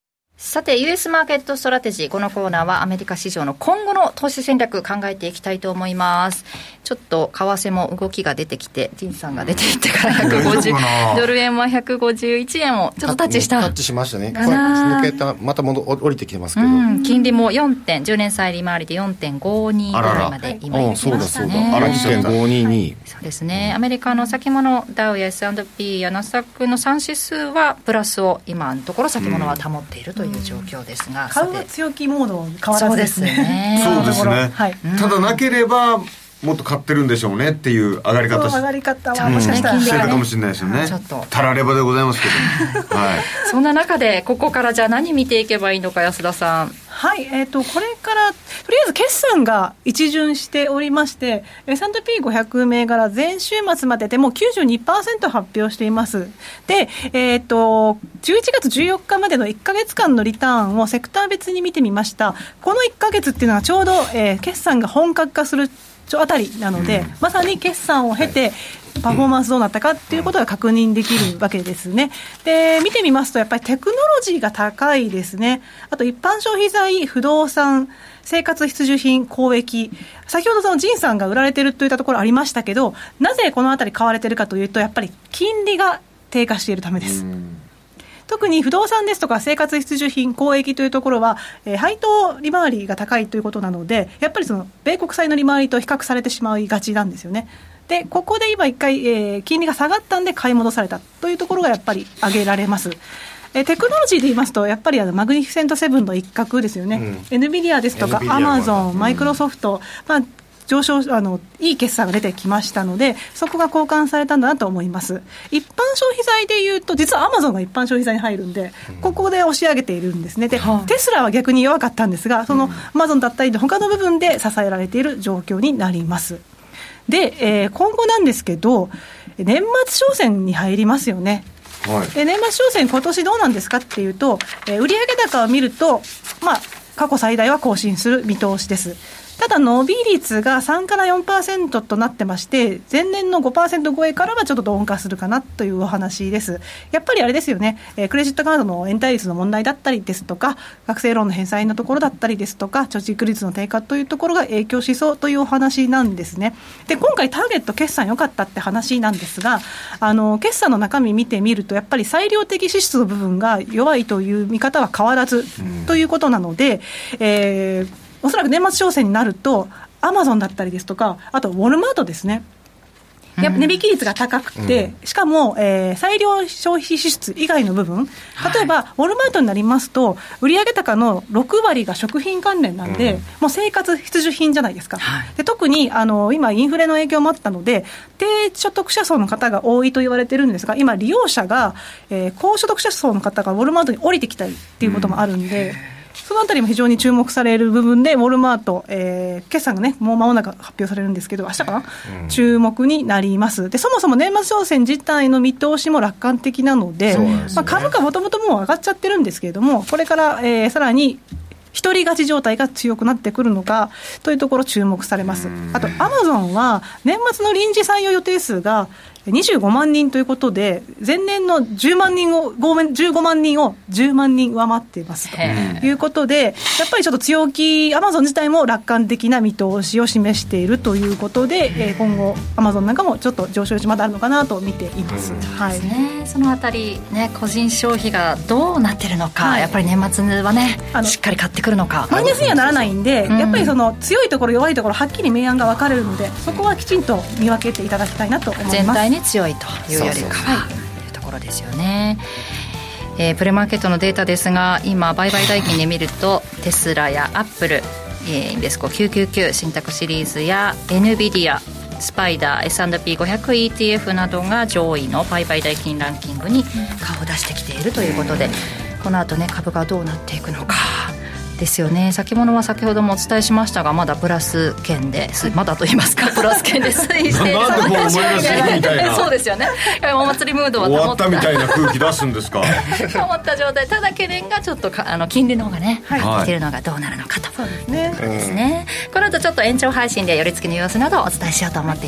さて ユーエス マーケットストラテジー、このコーナーはアメリカ市場の今後の投資戦略考えていきたいと思います。ちょっと為替も動きが出てきて、ジンさんが出ていってからひゃくごじゅうドル円はひゃくごじゅういちえんをちょっとタッチした。 タッチしましたね。これ抜けた、また戻降りてきてますけど、うん、 金利もよんてんじゅうねん債利回りで よんてんごに ぐらいまで今行きましたね。 あらら、そうだそうだ、よんてんごにに。 そうですね。アメリカの先物ダウや エスアンドピー やナスダックのさん指数はプラスを今のところ先物は保っているという状況ですが、 買うは強気モード変わらずですね。 そうですね、はい、ただなければもっと買ってるんでしょうねっていう上がり方、 上がり方はもしかしたらしてたかもしれないですよね。ちょっとたらればでございますけど、はい、 そんな中でここからじゃあ何見ていけばいいのか、安田さん。 はい、えー、とこれからとりあえず決算が一巡しておりまして、 エスアンドピーごひゃく 銘柄前週末まででも きゅうじゅうにパーセント 発表しています。で、えー、とじゅういちがつじゅうよっかまでのいっかげつかんのリターンをセクター別に見てみました。このいっかげつっていうのはちょうど、えー、決算が本格化するあたりなので、うん、まさに決算を経てパフォーマンスどうなったかっていうことが確認できるわけですね。で、見てみますとやっぱりテクノロジーが高いですね。あと一般消費財、不動産、生活必需品、交易、先ほどそのジンさんが売られているといったところありましたけど、なぜこのあたり買われているかというと、やっぱり金利が低下しているためです。うん、特に不動産ですとか生活必需品、交易というところは、えー、配当利回りが高いということなので、やっぱりその米国債の利回りと比較されてしまいがちなんですよね。で、ここで今一回、えー、金利が下がったんで買い戻されたというところがやっぱり挙げられます。えー、テクノロジーで言いますとやっぱりあのマグニフィセントセブンの一角ですよね。うん、エヌビディアですとかアマゾン、マイクロソフト、まあ上昇あのいい決算が出てきましたので、そこが交換されたんだなと思います。一般消費財でいうと実はアマゾンが一般消費財に入るんで、ここで押し上げているんですね。で、はあ、テスラは逆に弱かったんですが、そのアマゾンだったりで他の部分で支えられている状況になります。で、えー、今後なんですけど、年末商戦に入りますよね。はい、で年末商戦今年どうなんですかっていうと、えー、売上高を見ると、まあ、過去最大は更新する見通しです。ただ伸び率がさんから よんパーセント となってまして、前年の ごパーセント 超えからはちょっと鈍化するかなというお話です。やっぱりあれですよね、えー、クレジットカードの延滞率の問題だったりですとか、学生ローンの返済のところだったりですとか、貯蓄率の低下というところが影響しそうというお話なんですね。で、今回ターゲット決算良かったって話なんですが、あの決算の中身見てみるとやっぱり裁量的支出の部分が弱いという見方は変わらずということなので、えーおそらく年末商戦になるとアマゾンだったりですとか、あとウォルマートですね、やっぱ値引き率が高くて、うん、しかも、えー、裁量消費支出以外の部分、例えば、はい、ウォルマートになりますと売上高のろくわりが食品関連なんで、うん、もう生活必需品じゃないですか、はい、で特にあの今インフレの影響もあったので低所得者層の方が多いと言われてるんですが、今利用者が、えー、高所得者層の方がウォルマートに降りてきたりっていうこともあるんで、うん、そのあたりも非常に注目される部分で、ウォルマート、えー、決算がね、もう間もなく発表されるんですけど、明日かな、うん、注目になります。で、そもそも年末商戦自体の見通しも楽観的なので、ね、まあ、株価もともともう上がっちゃってるんですけれども、これから、えー、さらに一人勝ち状態が強くなってくるのかというところ注目されます。あとアマゾンは年末の臨時採用予定数がにじゅうごまんにんということで、前年のじゅうまんにんをじゅうごまんにんをじゅうまんにん上回っていますということで、やっぱりちょっと強気、アマゾン自体も楽観的な見通しを示しているということで、えー、今後アマゾンなんかもちょっと上昇余地まだあるのかなと見ています。 はい、ね、そのあたり、ね、個人消費がどうなってるのか、はい、やっぱり年末はねしっかり買ってくるのか、 マイナスにはならないんで、うん、やっぱりその強いところ弱いところはっきり明暗が分かれるので、そこはきちんと見分けていただきたいなと思います。 全体に強いというよりかはというところですよね。えー、プレマーケットのデータですが、今売買代金で見るとテスラやアップル、えー、インベスコきゅうきゅうきゅう信託シリーズや エヌビディア、スパイダー、 エスアンドピーごひゃくイーティーエフ などが上位の売買代金ランキングに顔を出してきているということで、この後ね株がどうなっていくのかですよね。先物は先ほどもお伝えしましたが、まだプラス圏で、まだと言いますかプラス圏で推移しているなんでこう思い出すみたいなそうですよね、お祭りムードは終わったみたいな空気出すんですか保った状態、ただ懸念がちょっとかあの金利の方がね入ってきてるのがどうなるのかと、 そうですね、 ですね。この後ちょっと延長配信で寄り付きの様子などをお伝えしようと思っています。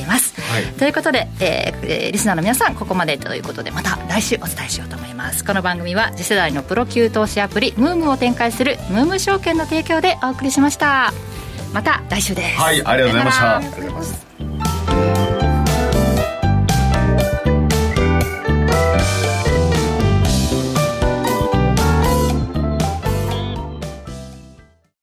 ということで、えー、リスナーの皆さんここまでということで、また来週お伝えしようと思います。この番組は次世代のプロ級投資アプリムームを展開するムーム証券の提供でお送りしました。また来週です。 はい、ありがとうございました。